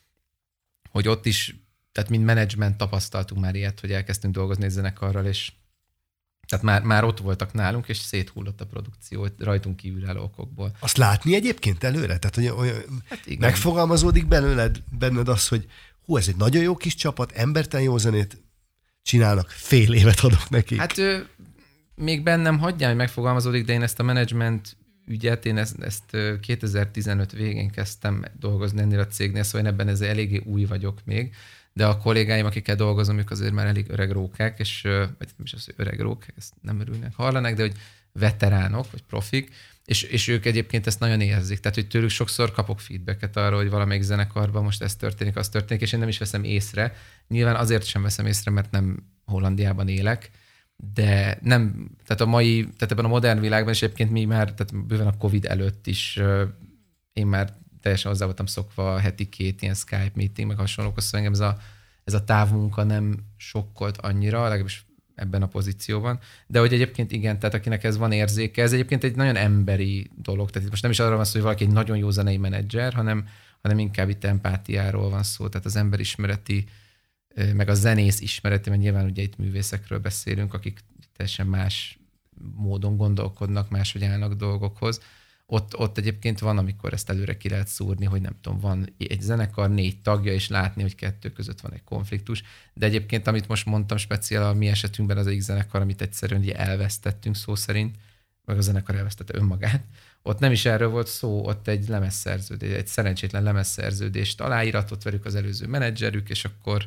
Hogy ott is, tehát mint menedzsment tapasztaltunk már ilyet, hogy elkezdtünk dolgozni egy zenekarral, és tehát már, már ott voltak nálunk, és széthullott a produkció rajtunk kívülálló okokból. Azt látni egyébként előre? Tehát, hogy olyan hát megfogalmazódik belőled, benned az, hogy hú, ez egy nagyon jó kis csapat, embertelen jó zenét csinálnak, fél évet adok nekik. Hát ő, még bennem hagyjál, hogy megfogalmazódik, de én ezt a menedzsment ügyet, én ezt, ezt kétezer-tizenöt végén kezdtem dolgozni ennél a cégnél, szóval én ebben ez eléggé új vagyok még, de a kollégáim, akikkel dolgozom, ők azért már elég öreg rókák, és, vagy nem is az, hogy öreg rókák, ezt nem örülnek, hallanak, de hogy veteránok, vagy profik, és, és ők egyébként ezt nagyon érzik. Tehát, hogy tőlük sokszor kapok feedbacket arról, hogy valamelyik zenekarban most ez történik, az történik, és én nem is veszem észre. Nyilván azért sem veszem észre, mert nem Hollandiában élek, de nem, tehát a mai, tehát ebben a modern világban, és egyébként mi már, tehát bőven a Covid előtt is én már teljesen hozzá voltam szokva a heti két ilyen Skype meeting, meg hasonlókhoz, szóval engem ez a, ez a távmunka nem sokkolt annyira, legalábbis ebben a pozícióban. De hogy egyébként igen, tehát akinek ez van érzéke, ez egyébként egy nagyon emberi dolog. Tehát itt most nem is arra van szó, hogy valaki egy nagyon jó zenei menedzser, hanem, hanem inkább itt empátiáról van szó. Tehát az emberismereti, meg a zenész ismereti, mert nyilván ugye itt művészekről beszélünk, akik teljesen más módon gondolkodnak, máshogy állnak dolgokhoz. Ott, ott egyébként van, amikor ezt előre ki lehet szúrni, hogy nem tudom, van egy zenekar, négy tagja, és látni, hogy kettő között van egy konfliktus. De egyébként, amit most mondtam, speciál a mi esetünkben az egyik zenekar, amit egyszerűen ugye elvesztettünk szó szerint, meg a zenekar elvesztette önmagát. Ott nem is erről volt szó, ott egy lemezszerződés, egy szerencsétlen lemezszerződést aláíratott velük az előző menedzserük, és akkor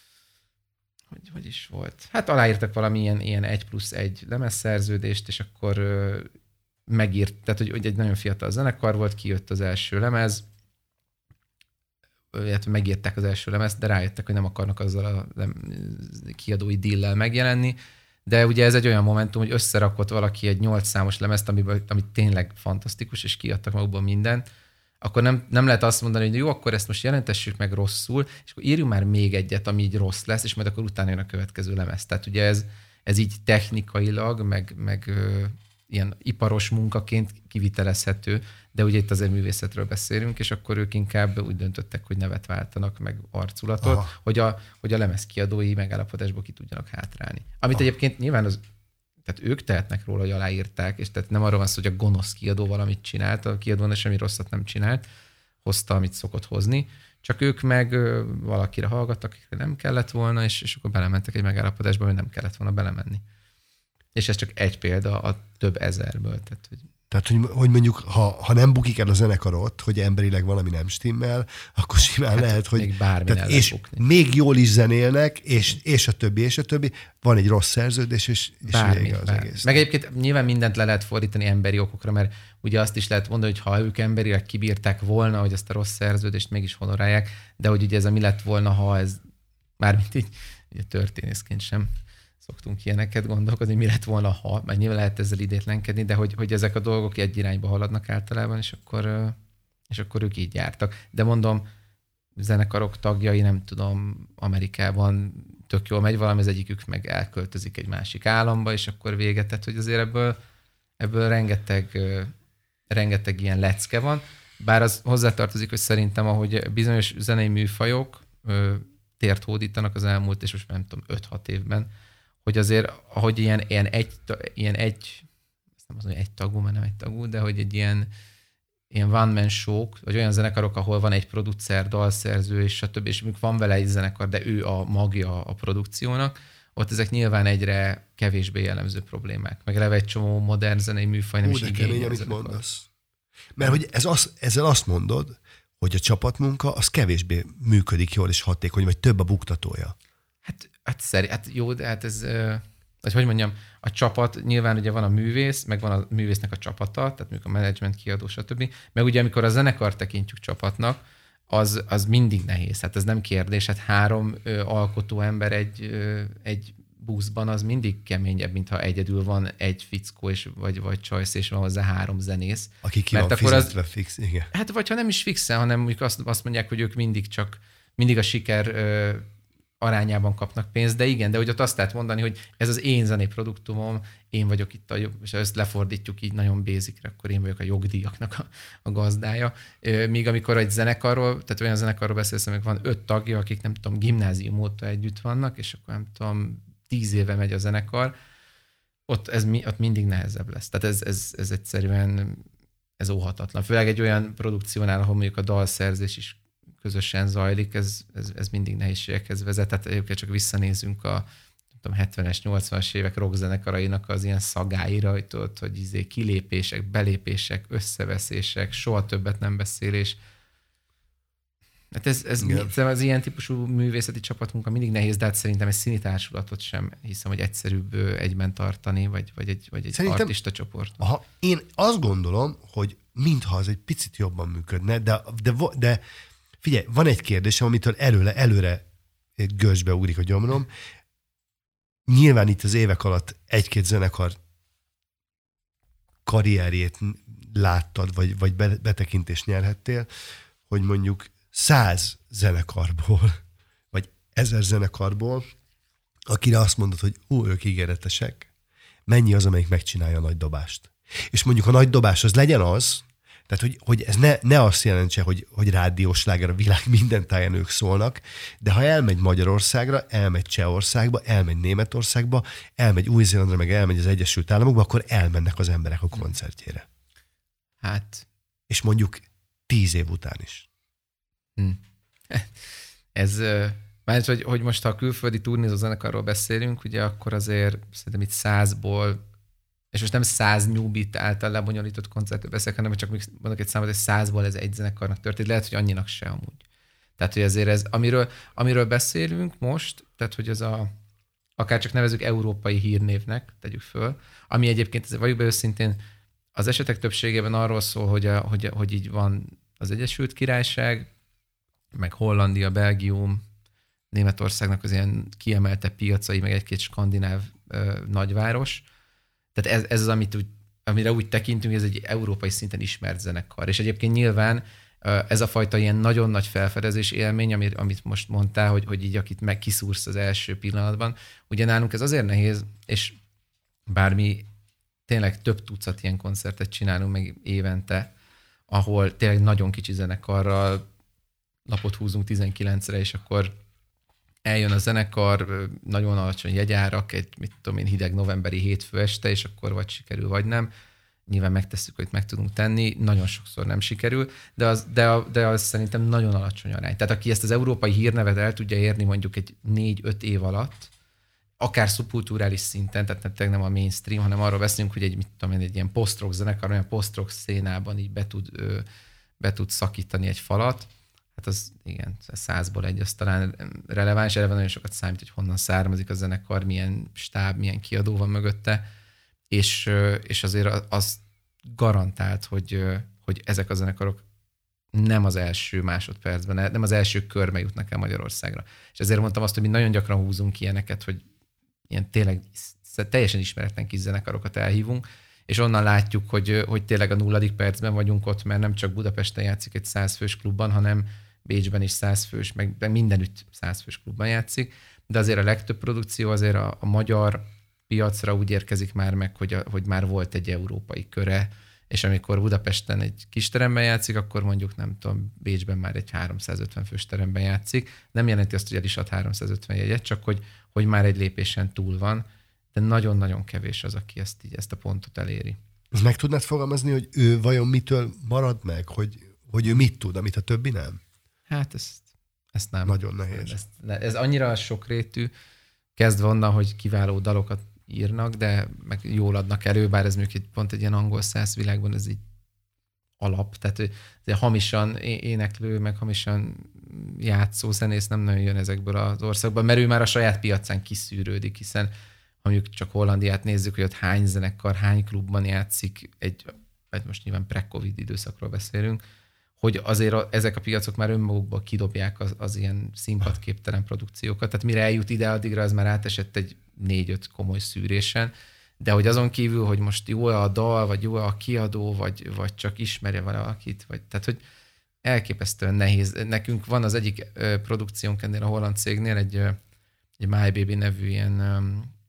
hogy, hogy is volt? Hát aláírtak valamilyen ilyen egy plusz egy lemezszerződést, és akkor megírt, tehát hogy, hogy egy nagyon fiatal zenekar volt, kijött az első lemez, illetve megírták az első lemezt, de rájöttek, hogy nem akarnak azzal a kiadói deal-lel megjelenni, de ugye ez egy olyan momentum, hogy összerakott valaki egy nyolc számos lemezt, amiből, ami tényleg fantasztikus, és kiadtak magukból mindent, akkor nem, nem lehet azt mondani, hogy jó, akkor ezt most jelentessük meg rosszul, és akkor írjunk már még egyet, ami így rossz lesz, és majd akkor utána jön a következő lemez. Tehát ugye ez, ez így technikailag, meg, meg ilyen iparos munkaként kivitelezhető, de ugye itt azért művészetről beszélünk, és akkor ők inkább úgy döntöttek, hogy nevet váltanak, meg arculatot, hogy a, hogy a lemezkiadói megállapodásból ki tudjanak hátrálni. Amit Aha. egyébként nyilván az, tehát ők tehetnek róla, hogy aláírták, és tehát nem arról van szó, hogy a gonosz kiadó valamit csinált, a kiadó semmi rosszat nem csinált, hozta, amit szokott hozni, csak ők meg valakire hallgattak, akikre nem kellett volna, és, és akkor belementek egy megállapodásba, hogy nem kellett volna belemenni. És ez csak egy példa a több ezerből. Tehát, hogy, tehát, hogy, hogy mondjuk, ha, ha nem bukik el a zenekarot, hogy emberileg valami nem stimmel, akkor simán hát lehet, hogy... Még bármi tehát, és bukni. Még jól is zenélnek, és, és a többi, és a többi. Van egy rossz szerződés, és, és bármi, vége az bármi. Egész. Meg egyébként nyilván mindent le lehet fordítani emberi okokra, mert ugye azt is lehet mondani, hogy ha ők emberileg kibírták volna, hogy ezt a rossz szerződést mégis honorálják, de hogy ugye ez a mi lett volna, ha ez mármint így ugye történészként sem szoktunk ilyeneket gondolkodni, mi lett volna, ha, mert nyilván lehet ezzel idétlenkedni, de hogy, hogy ezek a dolgok egy irányba haladnak általában, és akkor, és akkor ők így jártak. De mondom, zenekarok tagjai, nem tudom, Amerikában tök jól megy valami, az egyikük meg elköltözik egy másik államba, és akkor véget, tehát hogy azért ebből, ebből rengeteg, rengeteg ilyen lecke van, bár az hozzátartozik, hogy szerintem, ahogy bizonyos zenei műfajok tért hódítanak az elmúlt, és most nem tudom, öt-hat évben, hogy azért, ahogy ilyen, ilyen egy, ilyen egy nem az, hogy egy tagú, mert nem egy tagú, de hogy egy ilyen, ilyen one-man show-k, vagy olyan zenekarok, ahol van egy producer, dalszerző, és stb., és mondjuk van vele egy zenekar, de ő a magja a produkciónak, ott ezek nyilván egyre kevésbé jellemző problémák. Meg eleve egy csomó modern zenei műfaj nem Ó, is de igényel. kemény, amit mondasz. Mert hogy ez az, ezzel azt mondod, hogy a csapatmunka az kevésbé működik jól és hatékony, vagy több a buktatója. Hát, hát, szeri, hát jó, de hát ez, vagy hogy mondjam, a csapat, nyilván ugye van a művész, meg van a művésznek a csapata, tehát mondjuk a menedzsment, kiadó, stb. Meg ugye amikor a zenekar tekintjük csapatnak, az, az mindig nehéz. Hát ez nem kérdés, hát három ö, alkotó ember egy, ö, egy buszban az mindig keményebb, mintha egyedül van egy fickó, és, vagy, vagy csajsz, és van hozzá három zenész. Aki ki Mert van akkor fizetve az, fix, igen. Hát vagy ha nem is fixen, hanem mondjuk azt, azt mondják, hogy ők mindig csak, mindig a siker ö, arányában kapnak pénzt, de igen, de hogy ott azt lehet mondani, hogy ez az én zenei produktumom, én vagyok itt a jog, és ezt lefordítjuk így nagyon basicre, akkor én vagyok a jogdíjaknak a, a gazdája. Míg amikor egy zenekarról, tehát olyan zenekarról beszélsz, amikor van öt tagja, akik nem tudom, gimnázium óta együtt vannak, és akkor nem tudom, tíz éve megy a zenekar, ott ez ott mindig nehezebb lesz. Tehát ez, ez, ez egyszerűen ez óhatatlan. Főleg egy olyan produkciónál, ahol mondjuk a dalszerzés is közösen zajlik, ez, ez, ez mindig nehézségekhez vezet. Tehát egyébként csak visszanézünk a tudom, hetvenes, nyolcvanas évek rockzenekarainak az ilyen szagáira, hogy tudod, hogy izé kilépések, belépések, összeveszések, soha többet nem beszélés. Hát ez, ez az ilyen típusú művészeti csapatmunka mindig nehéz, de hát szerintem egy színi társulatot sem hiszem, hogy egyszerűbb egyben tartani, vagy, vagy egy, vagy egy szerintem, artista csoport. Aha, én azt gondolom, hogy mintha az egy picit jobban működne, de, de, de figyelj, van egy kérdésem, amitől előre, előre görcsbe ugrik a gyomrom. Nyilván itt az évek alatt egy-két zenekar karrierjét láttad, vagy, vagy betekintést nyerhettél, hogy mondjuk száz zenekarból, vagy ezer zenekarból, akire azt mondod, hogy hú, ők ígéretesek, mennyi az, amelyik megcsinálja a nagy dobást. És mondjuk a nagy dobás az legyen az, tehát, hogy, hogy ez ne, ne azt jelentse, hogy, hogy rádiósláger a világ minden táján ők szólnak, de ha elmegy Magyarországra, elmegy Csehországba, elmegy Németországba, elmegy Új-Zélandra, meg elmegy az Egyesült Államokba, akkor elmennek az emberek a koncertjére. Hát. És mondjuk tíz év után is. Hm. Ez, mert hogy, hogy most ha a külföldi turnézó zenekarról beszélünk, ugye akkor azért szerintem itt százból, és most nem száz New Beat által lebonyolított koncertről beszélek, hanem csak mondok egy számot, hogy százból ez egy zenekarnak történt, lehet, hogy annyinak se amúgy. Tehát, hogy azért ez, amiről, amiről beszélünk most, tehát, hogy ez a, akár csak nevezzük európai hírnévnek, tegyük föl, ami egyébként, ez vagyok be őszintén, az esetek többségében arról szól, hogy, a, hogy, hogy így van az Egyesült Királyság, meg Hollandia, Belgium, Németországnak az ilyen kiemelte piacai, meg egy-két skandináv ö, nagyváros. Tehát ez, ez az, amit úgy, amire úgy tekintünk, ez egy európai szinten ismert zenekar. És egyébként nyilván ez a fajta ilyen nagyon nagy felfedezés élmény, amit, amit most mondtál, hogy, hogy így akit meg kiszúrsz az első pillanatban. Ugye nálunk ez azért nehéz, és bármi tényleg több tucat ilyen koncertet csinálunk meg évente, ahol tényleg nagyon kicsi zenekarral lapot húzunk tizenkilencre, és akkor eljön a zenekar, nagyon alacsony jegyárak, egy mit tudom én, hideg novemberi hétfő este, és akkor vagy sikerül, vagy nem. Nyilván megtesszük, hogy meg tudunk tenni, nagyon sokszor nem sikerül, de az, de, a, de az szerintem nagyon alacsony arány. Tehát aki ezt az európai hírnevet el tudja érni mondjuk egy négy-öt év alatt, akár szubkulturális szinten, tehát nem a mainstream, hanem arról beszélünk, hogy egy, mit tudom én, egy ilyen post-rock zenekar, olyan post-rock szénában így be tud, be tud szakítani egy falat. Hát az igen, százból egy, az talán releváns, eleve nagyon sokat számít, hogy honnan származik a zenekar, milyen stáb, milyen kiadó van mögötte, és, és azért az garantált, hogy, hogy ezek a zenekarok nem az első másodpercben, nem az első körbe jutnak el Magyarországra. És ezért mondtam azt, hogy mi nagyon gyakran húzunk ilyeneket, hogy ilyen tényleg teljesen ismeretlen kis zenekarokat elhívunk, és onnan látjuk, hogy, hogy tényleg a nulladik percben vagyunk ott, mert nem csak Budapesten játszik egy százfős klubban, hanem Bécsben is százfős, meg mindenütt százfős klubban játszik, de azért a legtöbb produkció azért a, a magyar piacra úgy érkezik már meg, hogy, a, hogy már volt egy európai köre, és amikor Budapesten egy kis teremben játszik, akkor mondjuk nem tudom, Bécsben már egy háromszázötven fős teremben játszik. Nem jelenti azt, hogy el is ad háromszázötven jegyet, csak hogy, hogy már egy lépésen túl van, de nagyon-nagyon kevés az, aki ezt, így, ezt a pontot eléri. Ezt meg tudnád fogalmazni, hogy ő vajon mitől marad meg, hogy, hogy ő mit tud, amit a többi nem? Hát ezt, ezt nem. Nagyon nehéz. Ez, ez annyira sokrétű, kezdve onnan, hogy kiváló dalokat írnak, de meg jól adnak elő, bár ez mondjuk pont egy ilyen angol száz világban ez így alap, tehát hamisan éneklő, meg hamisan játszó zenész nem nagyon jön ezekből az országból, mert ő már a saját piacán kiszűrődik, hiszen ha mondjuk csak Hollandiát nézzük, hogy ott hány zenekar, hány klubban játszik, egy, vagy most nyilván pre-covid időszakról beszélünk, hogy azért ezek a piacok már önmagukból kidobják az, az ilyen színpadképtelen produkciókat. Tehát mire eljut ide, addigra az már átesett egy négy-öt komoly szűrésen, de hogy azon kívül, hogy most jó-e a dal, vagy jó-e a kiadó, vagy, vagy csak ismerje valakit, vagy tehát, hogy elképesztően nehéz. Nekünk van az egyik ö, produkciónk ennél a holland cégnél, egy, ö, egy My Baby nevű ilyen, ö,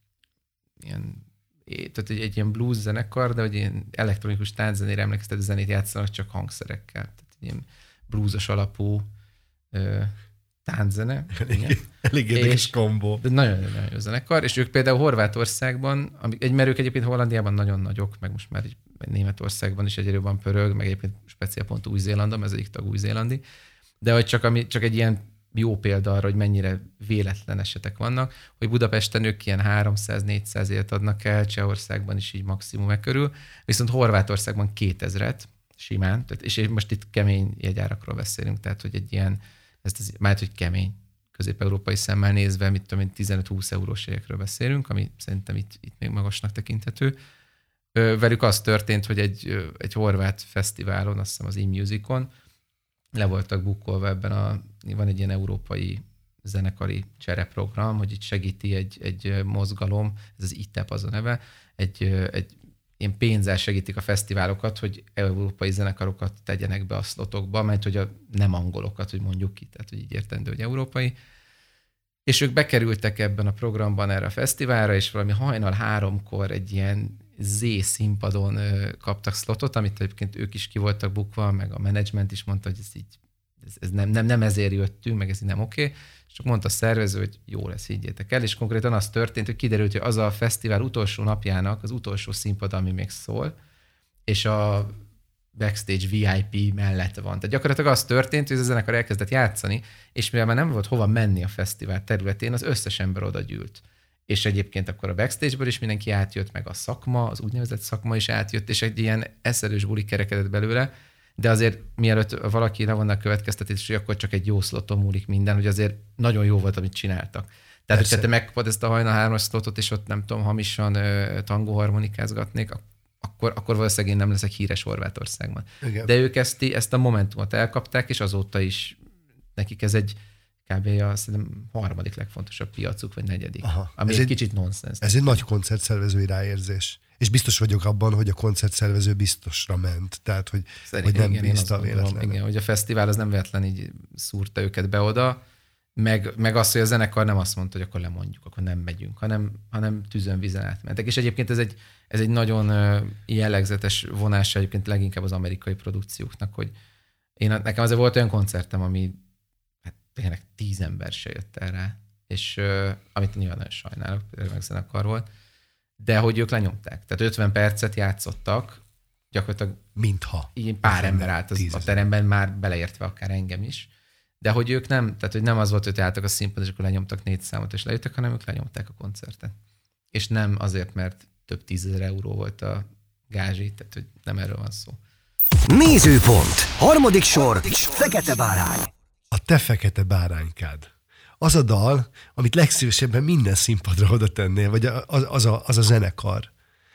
ilyen tehát egy, egy ilyen blues zenekar, de egy ilyen elektronikus tánczenére emlékeztető zenét játszanak csak hangszerekkel. Tehát egy ilyen bluesos alapú ö, tánczene. Elég, elég érdekes kombó. Nagyon, nagyon jó zenekar, és ők például Horvátországban, egy, mert ők egyébként Hollandiában nagyon nagyok, meg most már így Németországban is egyre jobban pörög, meg egyébként speciál pont Új-Zélandon, ez egyik tag új-zélandi, de hogy csak, ami, csak egy ilyen jó példa arra, hogy mennyire véletlen esetek vannak, hogy Budapesten ők ilyen háromszáz-négyszáz élet adnak el, Csehországban is így maximum e körül, viszont Horvátországban kétezret simán, tehát, és most itt kemény jegyárakról beszélünk, tehát hogy egy ilyen, ezt az, már hogy kemény közép-európai szemmel nézve, mit tudom én, tizenöt-húsz eurós jegyekről beszélünk, ami szerintem itt, itt még magasnak tekinthető. Velük az történt, hogy egy, egy horvát fesztiválon, azt hiszem az E-Musicon, le voltak bukkolva ebben a, van egy ilyen európai zenekari csereprogram, hogy itt segíti egy, egy mozgalom, ez az i té e pé az a neve, egy, egy ilyen pénzzel segítik a fesztiválokat, hogy európai zenekarokat tegyenek be a szlotokba, mert hogy a nem angolokat, hogy mondjuk ki, tehát hogy így értendő, hogy európai. És ők bekerültek ebben a programban erre a fesztiválra, és valami hajnal háromkor egy ilyen Z színpadon ö, kaptak szlotot, amit egyébként ők is ki voltak bukva, meg a menedzsment is mondta, hogy ez így ez, ez nem, nem, nem ezért jöttünk, meg ez így nem oké. Okay. És csak mondta a szervező, hogy jó lesz, higgyétek el, és konkrétan az történt, hogy kiderült, hogy az a fesztivál utolsó napjának az utolsó színpad, ami még szól, és a backstage vé i pé mellett van. Tehát gyakorlatilag az történt, hogy ez a zenekar elkezdett játszani, és mivel már nem volt hova menni a fesztivál területén, az összes ember oda gyűlt. És egyébként akkor a backstage-ből is mindenki átjött, meg a szakma, az úgynevezett szakma is átjött, és egy ilyen eszelős buli kerekedett belőle, de azért mielőtt valaki levonna a következtetés, hogy akkor csak egy jó szloton múlik minden, hogy azért nagyon jó volt, amit csináltak. Tehát, hogyha te megkapod ezt a hajnal hármas szlotot, és ott nem tudom, hamisan uh, tangó harmonikázgatnék, akkor, akkor valószínűleg én nem leszek híres Horvátországban. Igen. De ők ezt, ezt a momentumot elkapták, és azóta is nekik ez egy kb. A harmadik legfontosabb piacuk, vagy negyedik. Aha. Ami egy, egy kicsit nonsens. Ez egy nagy koncertszervezői ráérzés. És biztos vagyok abban, hogy a koncertszervező biztosra ment. Tehát, hogy, hogy nem igen, bízta a véletlen. Igen, hogy a fesztivál az nem véletlen így szúrta őket be oda, meg, meg az, hogy a zenekar nem azt mondta, hogy akkor lemondjuk, akkor nem megyünk, hanem, hanem tűzön vízen átmentek. És egyébként ez egy, ez egy nagyon jellegzetes vonása egyébként leginkább az amerikai produkcióknak, hogy én, nekem azért volt olyan koncertem, ami hát tényleg tíz ember se jött el rá, és uh, amit nyilván nagyon sajnálok, meg zenekar volt, de hogy ők lenyomták. Tehát ötven percet játszottak, gyakorlatilag mintha. Így pár ember állt az, a teremben, már beleértve akár engem is, de hogy ők nem, tehát hogy nem az volt, hogy álltak a színpadon, és akkor lenyomtak négy számot, és lejöttek, hanem ők lenyomták a koncertet. És nem azért, mert több tízezer euró volt a gázsi, tehát hogy nem erről van szó. Nézőpont. Harmadik sor. Fekete bárány. A te fekete báránykád. Az a dal, amit legszívesebben minden színpadra oda tennél, vagy az, az, a, az a zenekar.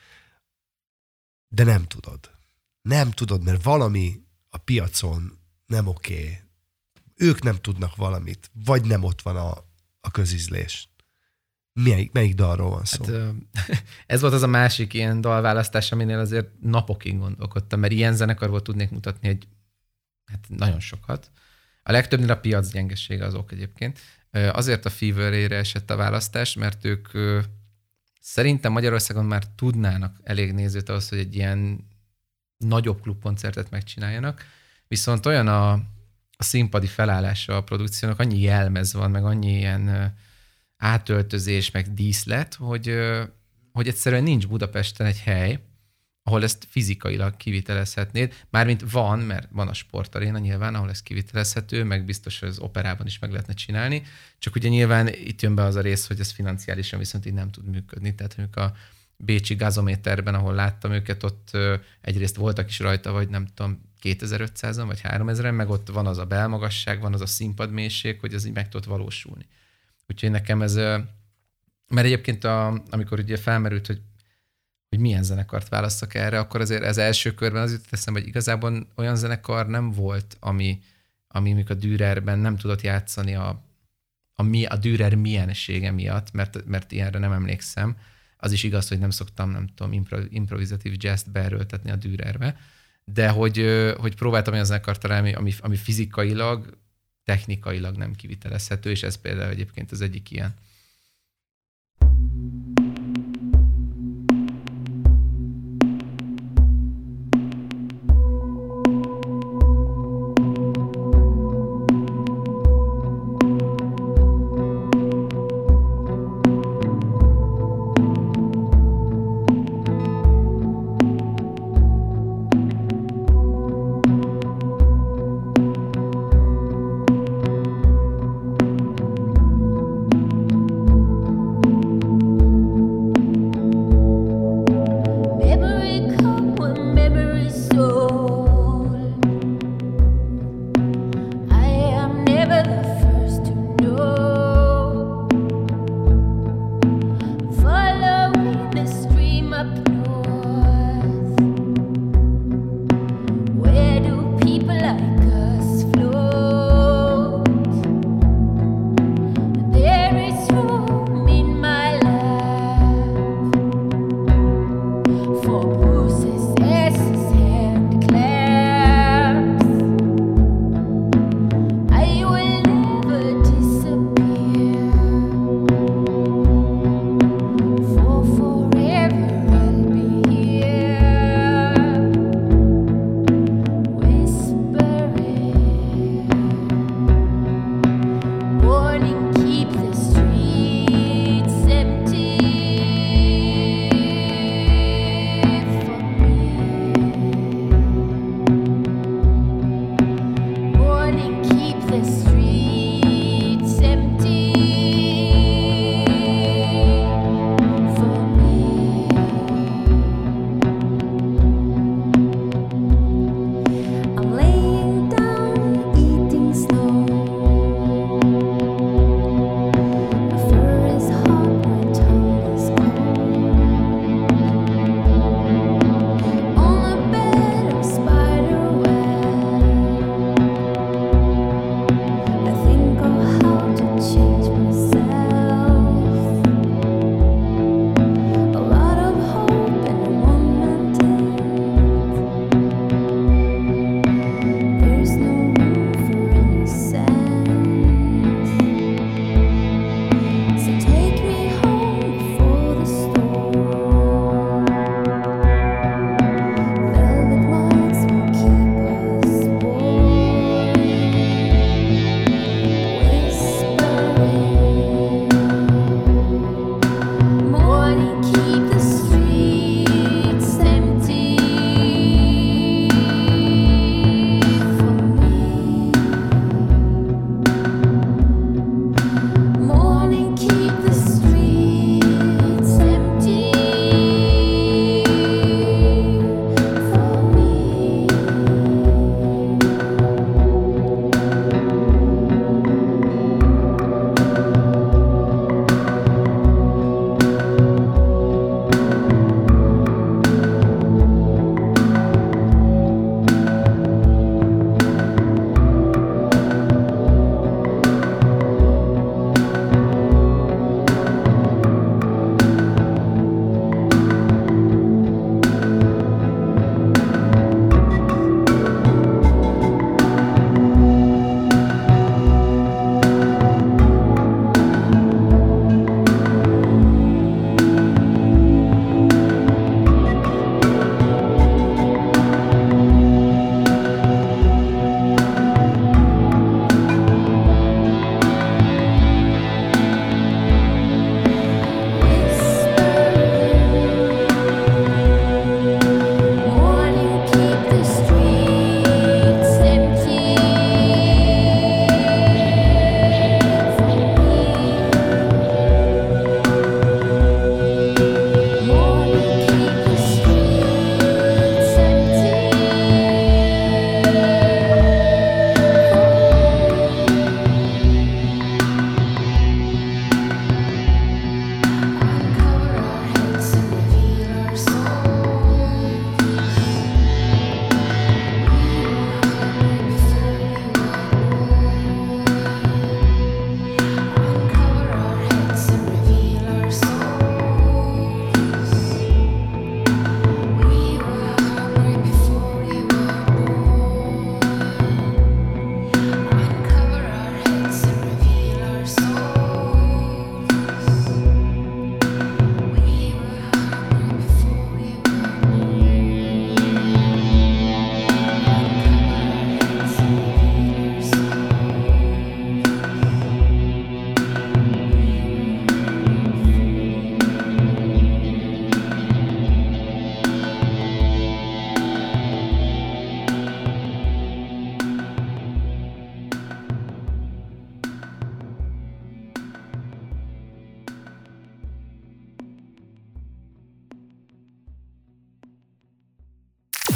De nem tudod. Nem tudod, mert valami a piacon nem oké. Ők nem tudnak valamit, vagy nem ott van a, a közízlés. Melyik, melyik dalról van szó? Hát, ez volt az a másik ilyen dalválasztás, aminél azért napokig gondolkodtam, mert ilyen zenekarból tudnék mutatni egy, hát nagyon sokat. A legtöbbnél a piac gyengesége az ok egyébként. Azért a Fever-ére esett a választás, mert ők Szerintem Magyarországon már tudnának elég nézőt ahhoz, hogy egy ilyen nagyobb klubkoncertet megcsináljanak, viszont olyan a, a színpadi felállása a produkciónak, annyi jelmez van, meg annyi ilyen átöltözés, meg díszlet, hogy, hogy egyszerűen nincs Budapesten egy hely, ahol ezt fizikailag kivitelezhetnéd. Mármint van, mert van a sportaréna nyilván, ahol ez kivitelezhető, meg biztos, hogy az operában is meg lehetne csinálni. Csak ugye nyilván itt jön be az a rész, hogy ez financiálisan viszont így nem tud működni. Tehát mondjuk a bécsi gazométerben, ahol láttam őket, ott egyrészt voltak is rajta, vagy nem tudom, kétezer-ötszázan vagy háromezren, meg ott van az a belmagasság, van az a színpadmélység, hogy ez így meg tud valósulni. Úgyhogy nekem ez, mert egyébként a, amikor ugye felmerült, hogy hogy milyen zenekart választok erre, akkor azért az első körben az jutott eszembe, hogy igazából olyan zenekar nem volt, ami, ami mondjuk a Dürerben nem tudott játszani a, a, mi, a Dürer milyensége miatt, mert, mert ilyenre nem emlékszem. Az is igaz, hogy nem szoktam, nem tudom, impro, improvizatív jazzt beerőltetni a Dürerbe, de hogy, hogy próbáltam olyan zenekart találni, ami, ami fizikailag, technikailag nem kivitelezhető, és ez például egyébként az egyik ilyen.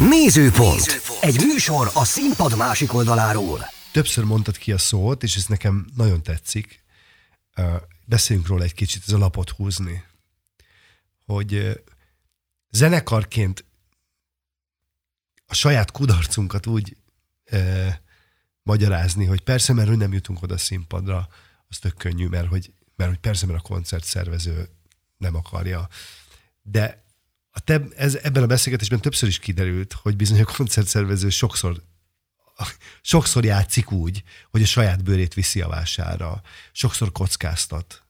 Nézőpont. Egy műsor a színpad másik oldaláról. Többször mondtad ki a szót, és ez nekem nagyon tetszik. Beszéljünk róla egy kicsit, ez a lapot húzni. Hogy zenekarként a saját kudarcunkat úgy e, magyarázni, hogy persze, mert hogy nem jutunk oda a színpadra, az tök könnyű, mert hogy, mert hogy persze, mert a koncertszervező nem akarja. De a te, ez, ebben a beszélgetésben többször is kiderült, hogy bizony a koncertszervező sokszor, sokszor játszik úgy, hogy a saját bőrét viszi a vására, sokszor kockáztat.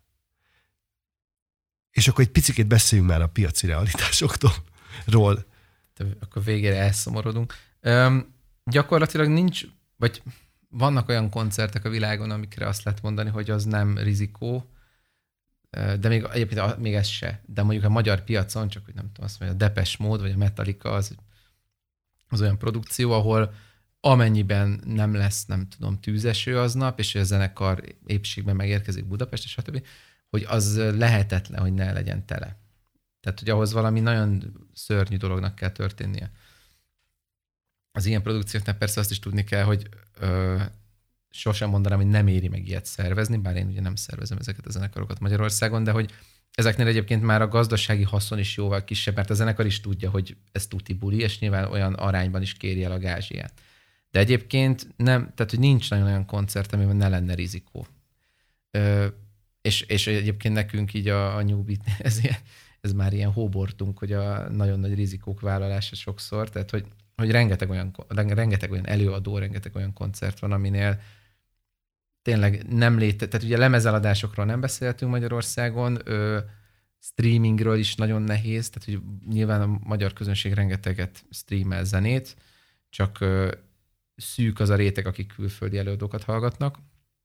És akkor egy picikét beszéljünk már a piaci realitásoktól. Akkor végére elszomorodunk. Üm, gyakorlatilag nincs, vagy vannak olyan koncertek a világon, amikre azt lehet mondani, hogy az nem rizikó, de még egyébként még ez se. De mondjuk a magyar piacon, csak hogy nem tudom, azt mondja, a Depeche Mode vagy a Metallica az, az olyan produkció, ahol amennyiben nem lesz, nem tudom, tűzeső aznap, és a zenekar épségben megérkezik Budapestre, stb., hogy az lehetetlen, hogy ne legyen tele. Tehát, hogy ahhoz valami nagyon szörnyű dolognak kell történnie. Az ilyen produkcióknál persze azt is tudni kell, hogy ö, sosem mondanám, hogy nem éri meg ilyet szervezni, bár én ugye nem szervezem ezeket a zenekarokat Magyarországon, de hogy ezeknél egyébként már a gazdasági haszon is jóval kisebb, mert a zenekar is tudja, hogy ez tuti buli, és nyilván olyan arányban is kéri el a gázsiját. De egyébként nem, tehát hogy nincs nagyon olyan koncert, amiben ne lenne rizikó. Ö, és, és egyébként nekünk így a, a New Beat, ez, ez már ilyen hóbortunk, hogy a nagyon nagy rizikók vállalása sokszor, tehát hogy, hogy rengeteg, olyan, rengeteg olyan előadó, rengeteg olyan koncert van, aminél tényleg nem léte, tehát ugye lemezeladásokról nem beszéltünk Magyarországon, ö, streamingről is nagyon nehéz, tehát hogy nyilván a magyar közönség rengeteget streamel zenét, csak ö, szűk az a réteg, akik külföldi előadókat hallgatnak,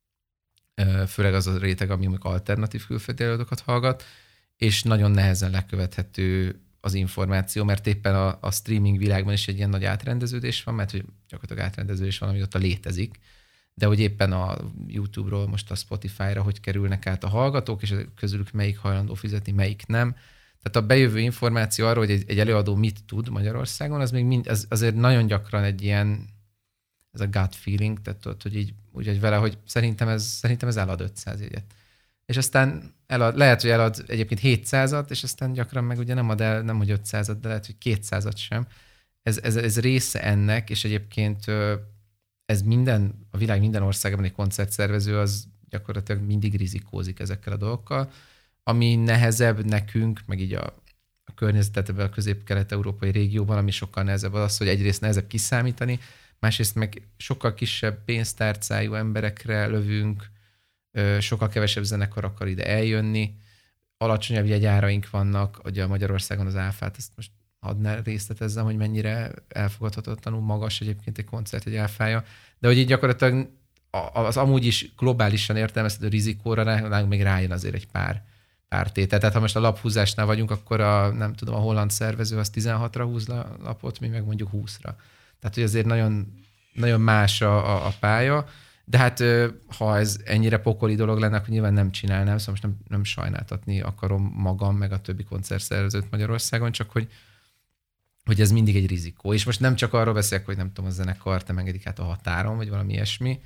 ö, főleg az a réteg, ami alternatív külföldi előadókat hallgat, és nagyon nehezen lekövethető az információ, mert éppen a, a streaming világban is egy ilyen nagy átrendeződés van, mert hogy gyakorlatilag átrendeződés van, ami ott a létezik, de hogy éppen a YouTube-ról, most a Spotify-ra hogy kerülnek át a hallgatók, és közülük melyik hajlandó fizetni, melyik nem. Tehát a bejövő információ arról, hogy egy, egy előadó mit tud Magyarországon, az még mind, az, azért nagyon gyakran egy ilyen, ez a gut feeling, tehát ott, hogy így úgy, hogy vele, hogy szerintem ez, szerintem ez elad ötszáz jegyet. És aztán elad, lehet, hogy elad egyébként hétszázat, és aztán gyakran meg ugye nem ad el, nem hogy ötszázat, de lehet, hogy kétszázat sem. Ez, ez, ez része ennek, és egyébként ez minden, a világ minden országában egy koncertszervező az gyakorlatilag mindig rizikózik ezekkel a dolgokkal. Ami nehezebb nekünk, meg így a, a környezetetben a közép-kelet-európai régióban, ami sokkal nehezebb az az, hogy egyrészt nehezebb kiszámítani, másrészt meg sokkal kisebb pénztárcájú emberekre lövünk, sokkal kevesebb zenekar akar ide eljönni, alacsonyabb jegyáraink vannak, ugye a Magyarországon az áfát, ezt most hadd ne részletezzem, hogy mennyire elfogadhatatlanul magas egyébként egy koncert egy áfája, de hogy így gyakorlatilag az amúgy is globálisan értelmezhető rizikóra rá, még rájön azért egy pár, pár tétel. Tehát ha most a laphúzásnál vagyunk, akkor a, nem tudom, a holland szervező az tizenhatra húz a lapot, mi meg mondjuk húszra. Tehát, hogy azért nagyon, nagyon más a, a, a pálya, de hát ha ez ennyire pokoli dolog lenne, akkor nyilván nem csinálnám, szóval most nem, nem sajnáltatni akarom magam, meg a többi koncertszervezőt Magyarországon, csak hogy hogy ez mindig egy rizikó. És most nem csak arról beszélek, hogy nem tudom, a zenekart nem engedik át a határon, vagy valami ilyesmi,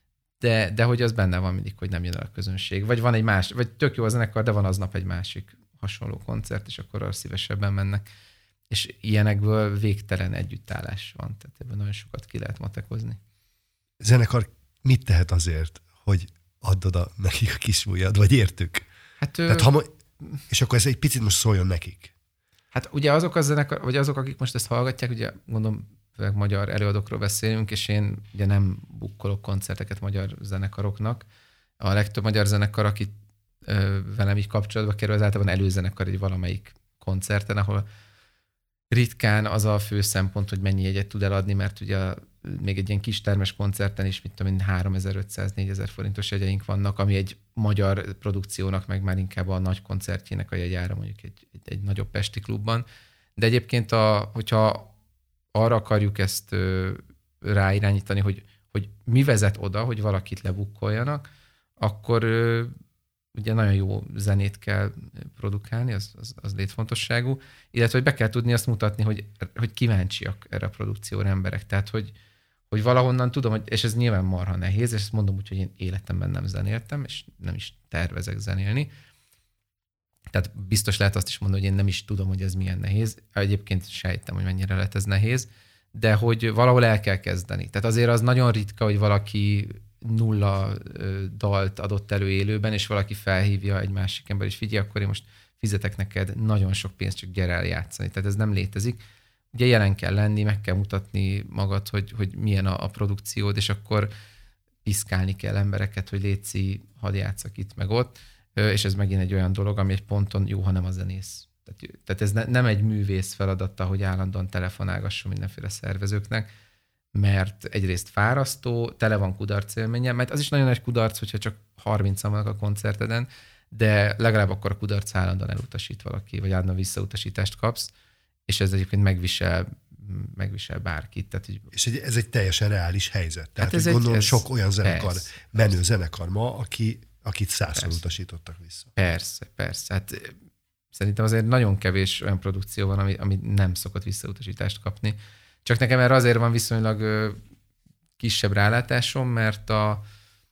de, de hogy az benne van mindig, hogy nem jön el a közönség. Vagy van egy más, vagy tök jó a zenekar, de van aznap egy másik hasonló koncert, és akkor arra szívesebben mennek. És ilyenekből végtelen együttállás van, tehát ebben nagyon sokat ki lehet matekozni. Zenekar mit tehet azért, hogy add oda nekik a kisúlyad, vagy értük? Hát, tehát, ha, és akkor ez egy picit most szóljon nekik. Hát ugye azok a zenekar, vagy azok, akik most ezt hallgatják, ugye gondolom, főleg magyar előadókról beszélünk, és én ugye nem bukkolok koncerteket magyar zenekaroknak. A legtöbb magyar zenekar, akit ö, velem így kapcsolatba kerül, az általában előzenekar egy valamelyik koncerten, ahol ritkán az a fő szempont, hogy mennyi jegyet tud eladni, mert ugye még egy ilyen kis termes koncerten is, mit tudom én, háromezer-ötszáz-négyezer forintos jegyeink vannak, ami egy magyar produkciónak, meg már inkább a nagy koncertjének a jegyára, mondjuk egy, egy, egy nagyobb pesti klubban. De egyébként, a, hogyha arra akarjuk ezt ö, ráirányítani, hogy, hogy mi vezet oda, hogy valakit lebukkoljanak, akkor ö, ugye nagyon jó zenét kell produkálni, az, az, az létfontosságú, illetve hogy be kell tudni azt mutatni, hogy, hogy kíváncsiak erre a produkcióra emberek. Tehát, hogy, hogy valahonnan tudom, hogy, és ez nyilván marha nehéz, és ezt mondom úgy, hogy én életemben nem zenéltem, és nem is tervezek zenélni. Tehát biztos lehet azt is mondani, hogy én nem is tudom, hogy ez milyen nehéz. Egyébként sejtem, hogy mennyire lehet ez nehéz, de hogy valahol el kell kezdeni. Tehát azért az nagyon ritka, hogy valaki nulla dalt adott elő élőben, és valaki felhívja egy másik ember, és figyelj, akkor én most fizetek neked nagyon sok pénzt, csak gyere el játszani. Tehát ez nem létezik. Ugye jelen kell lenni, meg kell mutatni magad, hogy, hogy milyen a, a produkciód, és akkor piszkálni kell embereket, hogy létszi, hadd játsszak itt, meg ott. És ez megint egy olyan dolog, ami egy ponton jó, ha nem a zenész. Tehát, tehát ez ne, nem egy művész feladata, hogy állandóan telefonálgasson mindenféle szervezőknek, mert egyrészt fárasztó, tele van kudarc élménye, mert az is nagyon nagy kudarc, hogyha csak harmincan vannak a koncerteden, de legalább akkor a kudarc állandóan elutasít valaki, vagy állandóan visszautasítást kapsz, és ez egyébként megvisel, megvisel bárkit. Tehát, hogy... És egy, ez egy teljesen reális helyzet. Tehát hát ez gondolom egy, ez sok olyan zenekar, persze, menő persze. zenekar ma, aki, akit százszor utasítottak vissza. Persze, persze. Hát szerintem azért nagyon kevés olyan produkció van, ami, ami nem szokott visszautasítást kapni. Csak nekem erre azért van viszonylag ö, kisebb rálátásom, mert, a,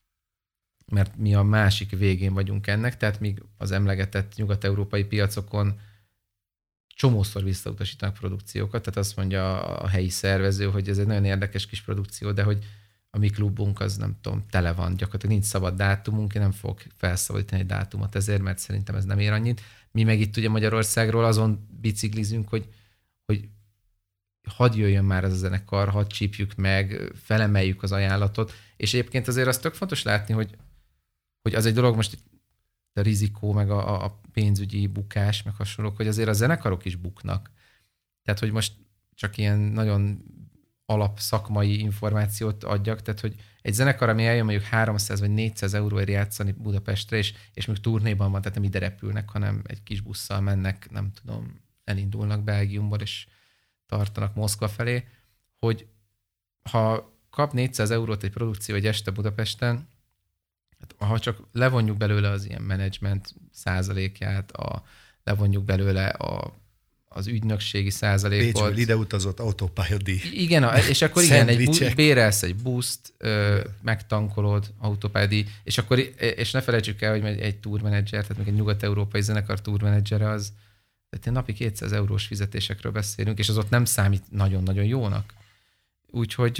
mert mi a másik végén vagyunk ennek, tehát míg az emlegetett nyugat-európai piacokon csomószor visszautasítanak produkciókat, tehát azt mondja a helyi szervező, hogy ez egy nagyon érdekes kis produkció, de hogy a mi klubunk az nem tudom, tele van, gyakorlatilag nincs szabad dátumunk, én nem fogok felszabadítani egy dátumot ezért, mert szerintem ez nem ér annyit. Mi meg itt ugye Magyarországról azon biciklizünk, hogy, hogy hadd jöjjön már ez a zenekar, hadd csípjük meg, felemeljük az ajánlatot, és egyébként azért az tök fontos látni, hogy, hogy az egy dolog most a rizikó, meg a, a pénzügyi bukás, meg hasonlók, hogy azért a zenekarok is buknak. Tehát, hogy most csak ilyen nagyon alapszakmai információt adjak, tehát, hogy egy zenekar, ami eljön mondjuk háromszáz vagy négyszáz euróért játszani Budapestre, és, és még turnéban van, tehát nem ide repülnek, hanem egy kis busszal mennek, nem tudom, elindulnak Belgiumból, és tartanak Moszkva felé, hogy ha kap négyszáz eurót egy produkció egy este Budapesten, hát ha csak levonjuk belőle az ilyen menedzsment százalékját, a, levonjuk belőle a, az ügynökségi százalékot. Bécsből ide utazott autópályadíj. Igen, és akkor igen, egy bu- bérelsz egy buszt, ö, megtankolod, autópályadíj, és akkor, és ne felejtsük el, hogy egy tourmenedzser, tehát még egy nyugat-európai zenekar tourmenedzsere az, tehát napi kétszáz eurós fizetésekről beszélünk, és az ott nem számít nagyon-nagyon jónak. Úgyhogy,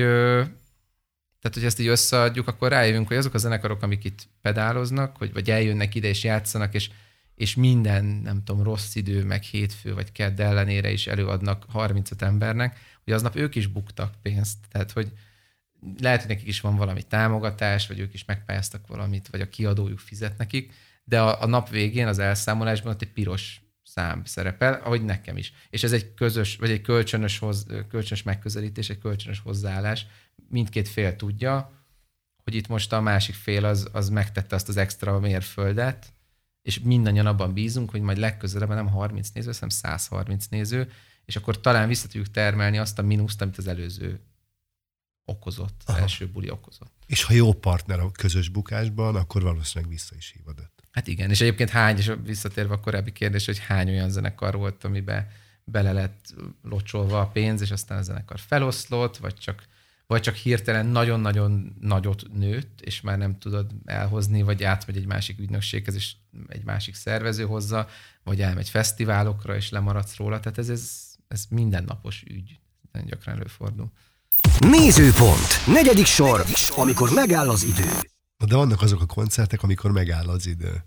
tehát, hogy ezt így összeadjuk, akkor rájövünk, hogy azok a zenekarok, amik itt pedáloznak, hogy, vagy eljönnek ide és játszanak, és, és minden, nem tudom, rossz idő, meg hétfő, vagy kedd ellenére is előadnak harmincöt embernek, hogy aznap ők is buktak pénzt. Tehát, hogy lehet, hogy nekik is van valami támogatás, vagy ők is megpályáztak valamit, vagy a kiadójuk fizet nekik, de a, a nap végén az elszámolásban ott egy piros szám szerepel, ahogy nekem is. És ez egy közös, vagy egy kölcsönös, hoz, kölcsönös megközelítés, egy kölcsönös hozzáállás. Mindkét fél tudja, hogy itt most a másik fél az, az megtette azt az extra mérföldet, és mindannyian abban bízunk, hogy majd legközelebb nem harminc néző, hanem száz harminc néző, és akkor talán vissza tudjuk termelni azt a mínuszt, amit az előző okozott, az Aha. első buli okozott. És ha jó partner a közös bukásban, akkor valószínűleg vissza is hívod őt. Hát igen, és egyébként hány, és visszatérve a korábbi kérdés, hogy hány olyan zenekar volt, amiben bele lett locsolva a pénz, és aztán a zenekar feloszlott, vagy csak, vagy csak hirtelen nagyon-nagyon nagyot nőtt, és már nem tudod elhozni, vagy átmegy egy másik ügynökséghez, és egy másik szervező hozza, vagy elmegy fesztiválokra, és lemaradsz róla. Tehát ez, ez, ez mindennapos ügy. Nagyon gyakran előfordul. Nézőpont. Negyedik sor, amikor megáll az idő. De vannak azok a koncertek, amikor megáll az idő.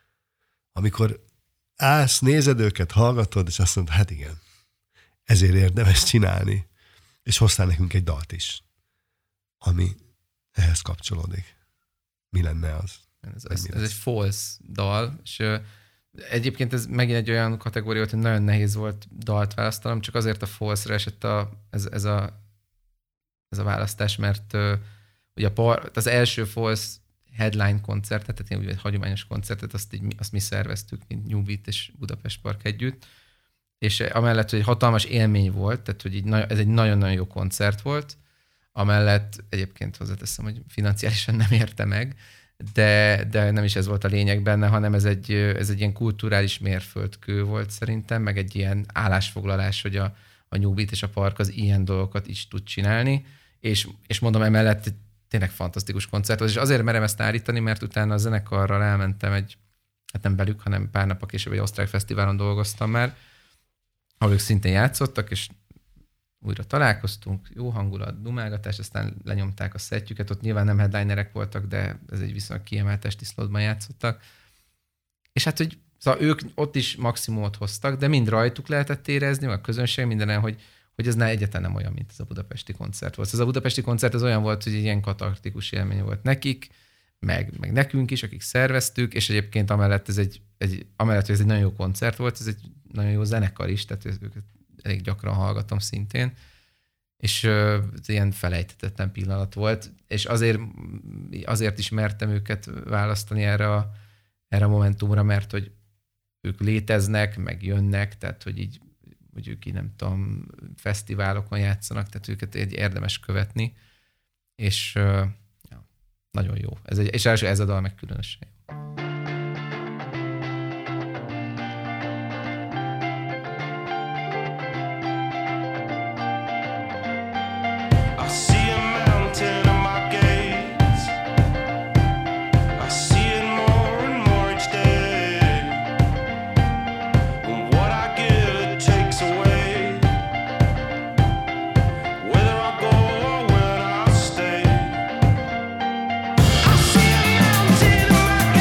Amikor állsz, nézed őket, hallgatod, és azt mondod, hát igen, ezért érdemes csinálni. És hoztál nekünk egy dalt is, ami ehhez kapcsolódik. Mi lenne az? Ez, ez, ez egy false dal, és uh, egyébként ez megint egy olyan kategória volt, hogy nagyon nehéz volt dalt választanom, csak azért a false-ra esett a, ez, ez, a, ez a választás, mert uh, ugye a par, az első false headline koncertet, tehát ilyen egy hagyományos koncertet, azt, így, azt mi szerveztük, mint New Beat és Budapest Park együtt, és amellett, hogy egy hatalmas élmény volt, tehát hogy így, ez egy nagyon-nagyon jó koncert volt, amellett egyébként hozzáteszem, hogy financiálisan nem érte meg, de, de nem is ez volt a lényeg benne, hanem ez egy, ez egy ilyen kulturális mérföldkő volt szerintem, meg egy ilyen állásfoglalás, hogy a, a New Beat és a park az ilyen dolgokat is tud csinálni, és, és mondom emellett tényleg fantasztikus koncert volt, és azért merem ezt állítani, mert utána a zenekarral elmentem egy, hát nem velük, hanem pár napok később egy osztrák fesztiválon dolgoztam már, ahol ők szintén játszottak, és újra találkoztunk, jó hangulat, dumálgatás, aztán lenyomták a szettjüket, ott nyilván nem headlinerek voltak, de ez egy viszonylag kiemelt testi szlotban játszottak. És hát, hogy szóval ők ott is maximumot hoztak, de mind rajtuk lehetett érezni, a közönség mindenen, hogy, hogy ez ne egyáltalán nem olyan, mint ez a budapesti koncert volt. Ez a budapesti koncert az olyan volt, hogy egy ilyen katartikus élmény volt nekik, meg, meg nekünk is, akik szerveztük, és egyébként amellett ez egy, egy, amellett, hogy ez egy nagyon jó koncert volt, ez egy nagyon jó zenekar is, tehát őket elég gyakran hallgatom szintén, és ez ilyen felejthetetlen pillanat volt, és azért, azért is mertem őket választani erre a, erre a momentumra, mert hogy ők léteznek, meg jönnek, tehát hogy így, hogy ők így nem tudom, fesztiválokon játszanak, tehát őket egy érdemes követni, és ja, nagyon jó. Ez egy, és első ez a dal meg különösen jó. I see a mountain in my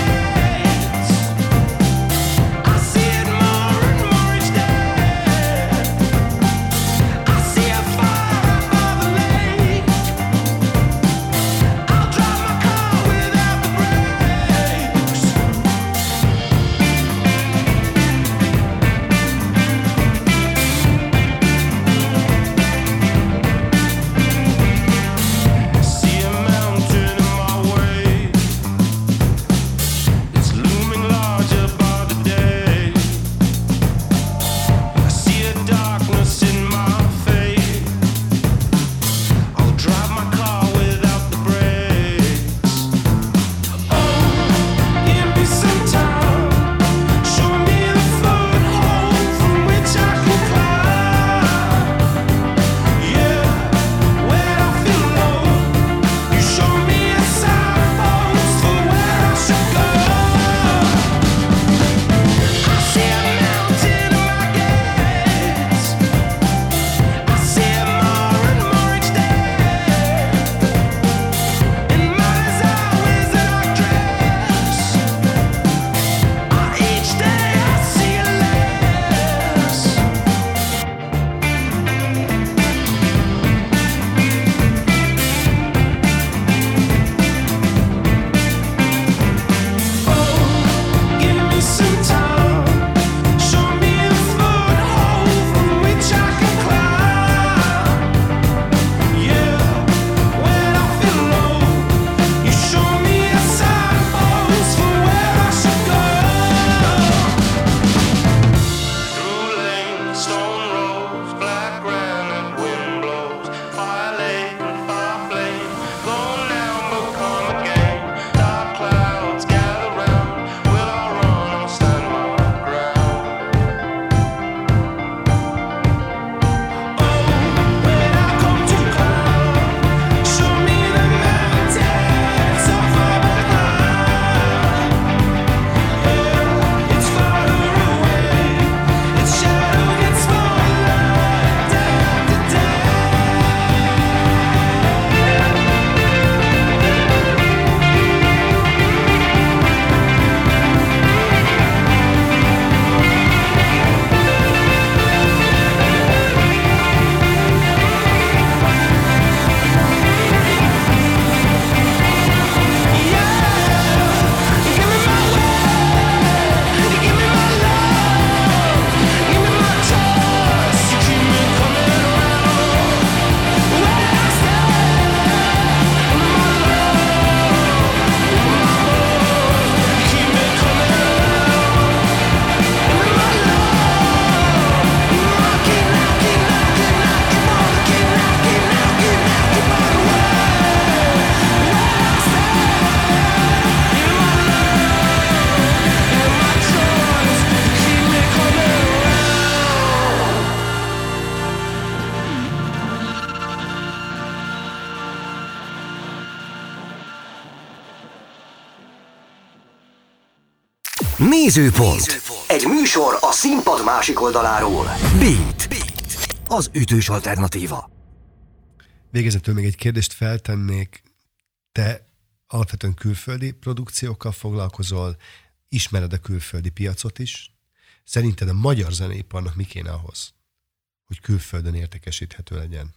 Nézőpont. Egy műsor a színpad másik oldaláról. Beat. Beat. Az ütős alternatíva. Végezetül még egy kérdést feltennék. Te alapvetően külföldi produkciókkal foglalkozol, ismered a külföldi piacot is. Szerinted a magyar zeneiparnak mi kéne ahhoz, hogy külföldön értékesíthető legyen?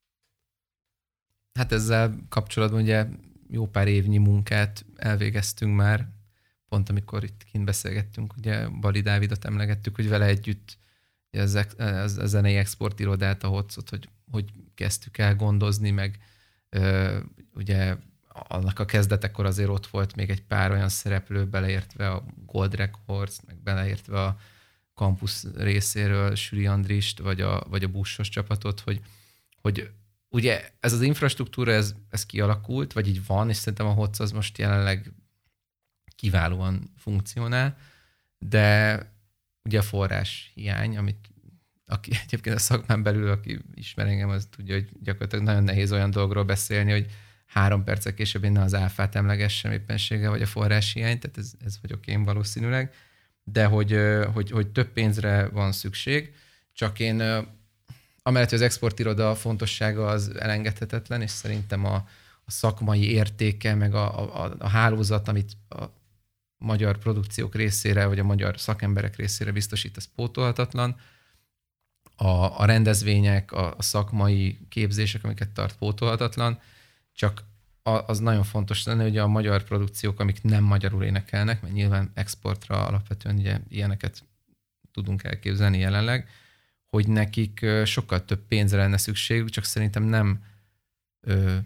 Hát ezzel kapcsolatban ugye jó pár évnyi munkát elvégeztünk már, pont amikor itt kint beszélgettünk, ugye Bali Dávidot emlegettük, hogy vele együtt az, az a zenei exportirodát, a hotszot, hogy, hogy kezdtük el gondozni, meg ö, ugye annak a kezdetekor azért ott volt még egy pár olyan szereplő, beleértve a Gold Records, meg beleértve a Campus részéről Süri Andrist, vagy a, vagy a Bussos csapatot, hogy, hogy ugye ez az infrastruktúra, ez, ez kialakult, vagy így van, és szerintem a hotsz az most jelenleg kiválóan funkcionál, de ugye a forrás hiány, amit aki egyébként a szakmán belül, aki ismer engem, az tudja, hogy gyakorlatilag nagyon nehéz olyan dologról beszélni, hogy három perccel később én ne az áfát emlegessem éppenséggel, vagy a forrás hiány, tehát ez, ez vagyok én valószínűleg, de hogy, hogy, hogy több pénzre van szükség, csak én amellett, hogy az exportiroda fontossága az elengedhetetlen, és szerintem a, a szakmai értéke, meg a, a, a hálózat, amit a magyar produkciók részére, vagy a magyar szakemberek részére biztosít, ez pótolhatatlan. A, a rendezvények, a, a szakmai képzések, amiket tart, pótolhatatlan, csak a, az nagyon fontos lenne, hogy a magyar produkciók, amik nem magyarul énekelnek, mert nyilván exportra alapvetően ugye ilyeneket tudunk elképzelni jelenleg, hogy nekik sokkal több pénzre lenne szükségük, csak szerintem nem ö,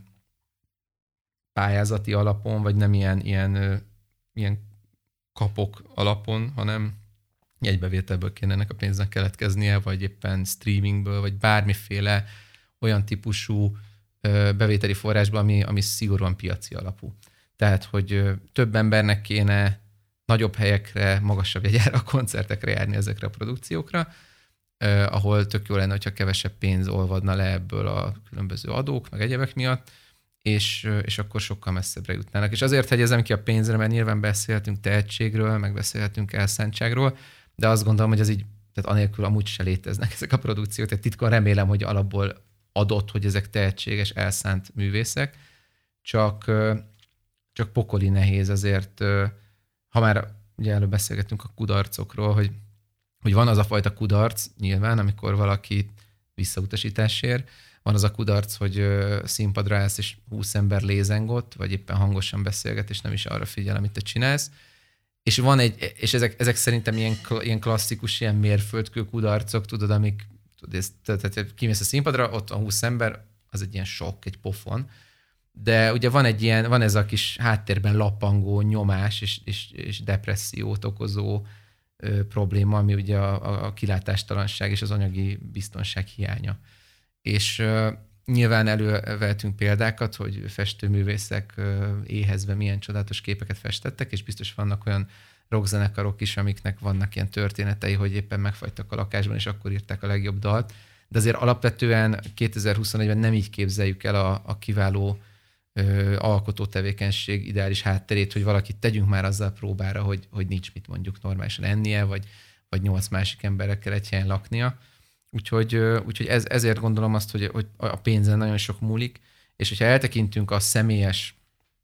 pályázati alapon, vagy nem ilyen, ilyen, ö, ilyen kapok alapon, hanem jegybevételből kéne ennek a pénznek keletkeznie, vagy éppen streamingből, vagy bármiféle olyan típusú ö, bevételi forrásból, ami, ami szigorúan piaci alapú. Tehát, hogy ö, több embernek kéne nagyobb helyekre, magasabb jegyára, koncertekre járni ezekre a produkciókra, Uh, ahol tök jó lenne, hogyha kevesebb pénz olvadna le ebből a különböző adók, meg egyebek miatt, és, uh, és akkor sokkal messzebbre jutnának. És azért hegyezem ki a pénzre, mert nyilván beszélhetünk tehetségről, meg beszélhetünk elszántságról, de azt gondolom, hogy az így, tehát anélkül amúgy se léteznek ezek a produkciók, tehát titkon remélem, hogy alapból adott, hogy ezek tehetséges, elszánt művészek, csak, uh, csak pokoli nehéz azért, uh, ha már ugye előbb beszélgettünk a kudarcokról, hogy hogy van az a fajta kudarc nyilván, amikor valaki visszautasításért, van az a kudarc, hogy színpadra állsz, és húsz ember lézengott, vagy éppen hangosan beszélget, és nem is arra figyel, amit te csinálsz. És van egy, és ezek, ezek szerintem ilyen, ilyen klasszikus, ilyen mérföldkő kudarcok, tudod, amik, tudod, tehát kimész a színpadra, ott a húsz ember, az egy ilyen sok, egy pofon, de ugye van egy ilyen, van ez a kis háttérben lappangó nyomás és, és, és depressziót okozó probléma, ami ugye a, a kilátástalanság és az anyagi biztonság hiánya. És uh, nyilván elővehetünk példákat, hogy festőművészek uh, éhezve milyen csodálatos képeket festettek, és biztos vannak olyan rockzenekarok is, amiknek vannak ilyen történetei, hogy éppen megfagytak a lakásban, és akkor írták a legjobb dalt. De azért alapvetően kétezer-huszonegyben nem így képzeljük el a, a kiváló Ö, alkotó tevékenység ideális hátterét, hogy valakit tegyünk már azzal próbára, hogy, hogy nincs mit mondjuk normálisan ennie, vagy, vagy nyolc másik emberekkel egy helyen laknia. Úgyhogy, ö, úgyhogy ez, ezért gondolom azt, hogy, hogy a pénzen nagyon sok múlik, és hogyha eltekintünk a személyes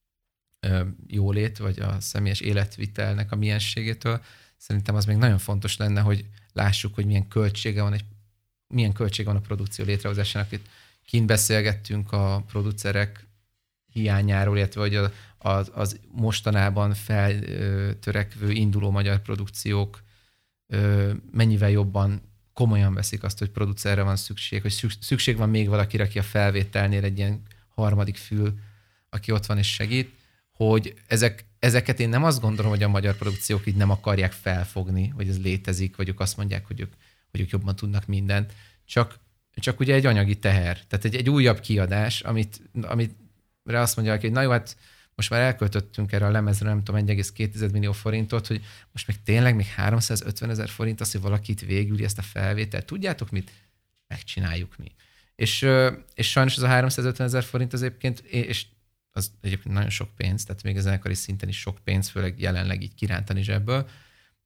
ö, jólét, vagy a személyes életvitelnek a mienségétől, szerintem az még nagyon fontos lenne, hogy lássuk, hogy milyen költsége van, egy, milyen költsége van a produkció létrehozásának. Itt kint beszélgettünk a producerek hiányáról, illetve hogy az, az, az mostanában feltörekvő, induló magyar produkciók mennyivel jobban komolyan veszik azt, hogy producerre van szükség, hogy szükség van még valakire, aki a felvételnél egy ilyen harmadik fül, aki ott van és segít, hogy ezek, ezeket én nem azt gondolom, hogy a magyar produkciók így nem akarják felfogni, hogy ez létezik, vagy ők azt mondják, hogy ők, hogy ők jobban tudnak mindent, csak, csak ugye egy anyagi teher. Tehát egy, egy újabb kiadás, amit, amit azt mondják, hogy na jó, hát most már elköltöttünk erre a lemezre, nem tudom, egy egész két millió forintot, hogy most még tényleg még háromszázötven ezer forint az, hogy valaki itt végüli ezt a felvételt. Tudjátok mit? Megcsináljuk mi. És, és sajnos ez a háromszázötven ezer forint az egyébként, és az egyébként nagyon sok pénz, tehát még a zenekari szinten is sok pénz, főleg jelenleg így kirántani zsebből,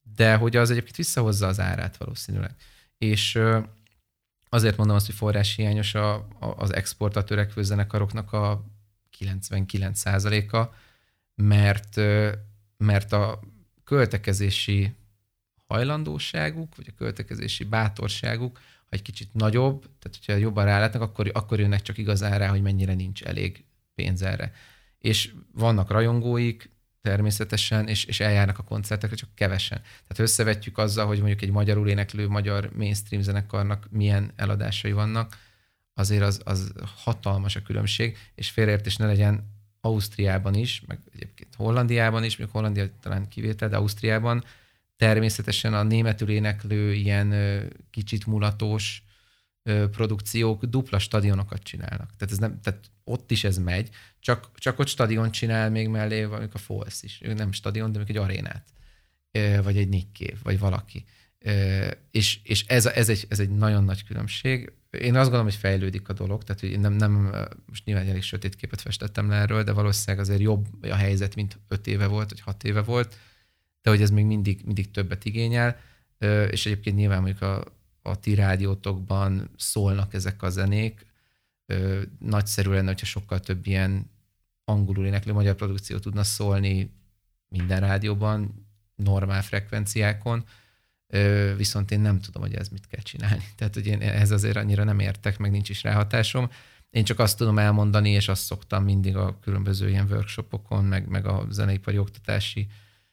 de hogy az egyébként visszahozza az árát valószínűleg. És azért mondom azt, hogy forráshiányos a, a, az exportra törekvő zenekaroknak a kilencvenkilenc százaléka, mert, mert a költekezési hajlandóságuk, vagy a költekezési bátorságuk, ha egy kicsit nagyobb, tehát hogyha jobban rálátnak, akkor, akkor jönnek csak igazán rá, hogy mennyire nincs elég pénz erre. És vannak rajongóik, természetesen, és, és eljárnak a koncertekre, csak kevesen. Tehát összevetjük azzal, hogy mondjuk egy magyarul éneklő magyar mainstream zenekarnak milyen eladásai vannak, azért az, az hatalmas a különbség, és félreértés ne legyen Ausztriában is, meg egyébként Hollandiában is, még Hollandia talán kivétel, de Ausztriában természetesen a németül éneklő ilyen ö, kicsit mulatós ö, produkciók dupla stadionokat csinálnak. Tehát, ez nem, tehát ott is ez megy, csak, csak ott stadion csinál még mellé, vagy a Falls is. Nem stadion, de még egy arénát. Ö, vagy egy Nick Cave, vagy valaki. Ö, és és ez, a, ez, egy, ez egy nagyon nagy különbség. Én azt gondolom, hogy fejlődik a dolog, tehát hogy nem, nem, most nyilván elég sötét képet festettem le erről, de valószínűleg azért jobb a helyzet, mint öt éve volt, vagy hat éve volt, de hogy ez még mindig, mindig többet igényel, és egyébként nyilván mondjuk a, a ti rádiótokban szólnak ezek a zenék, nagyszerű lenne, hogyha sokkal több ilyen angolul éneklő magyar produkció tudna szólni minden rádióban, normál frekvenciákon, viszont én nem tudom, hogy ez mit kell csinálni. Tehát, hogy én ehhez azért annyira nem értek, meg nincs is ráhatásom. Én csak azt tudom elmondani, és azt szoktam mindig a különböző ilyen workshopokon, meg, meg a zeneipari oktatási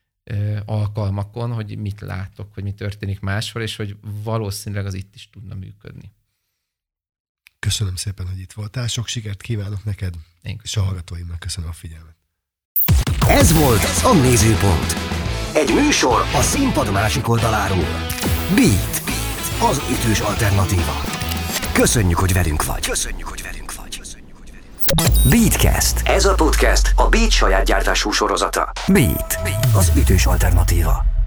alkalmakon, hogy mit látok, hogy mi történik máshol, és hogy valószínűleg az itt is tudna működni. Köszönöm szépen, hogy itt voltál. Sok sikert kívánok neked, és a hallgatóimnak köszönöm a figyelmet. Ez volt a Nézőpont. Egy műsor a színpad másik oldaláról. Beat, az ütős alternatíva. Köszönjük, hogy velünk vagy. Köszönjük, hogy velünk vagy. Beatcast. Ez a podcast a Beat saját gyártású sorozata. Beat, az ütős alternatíva.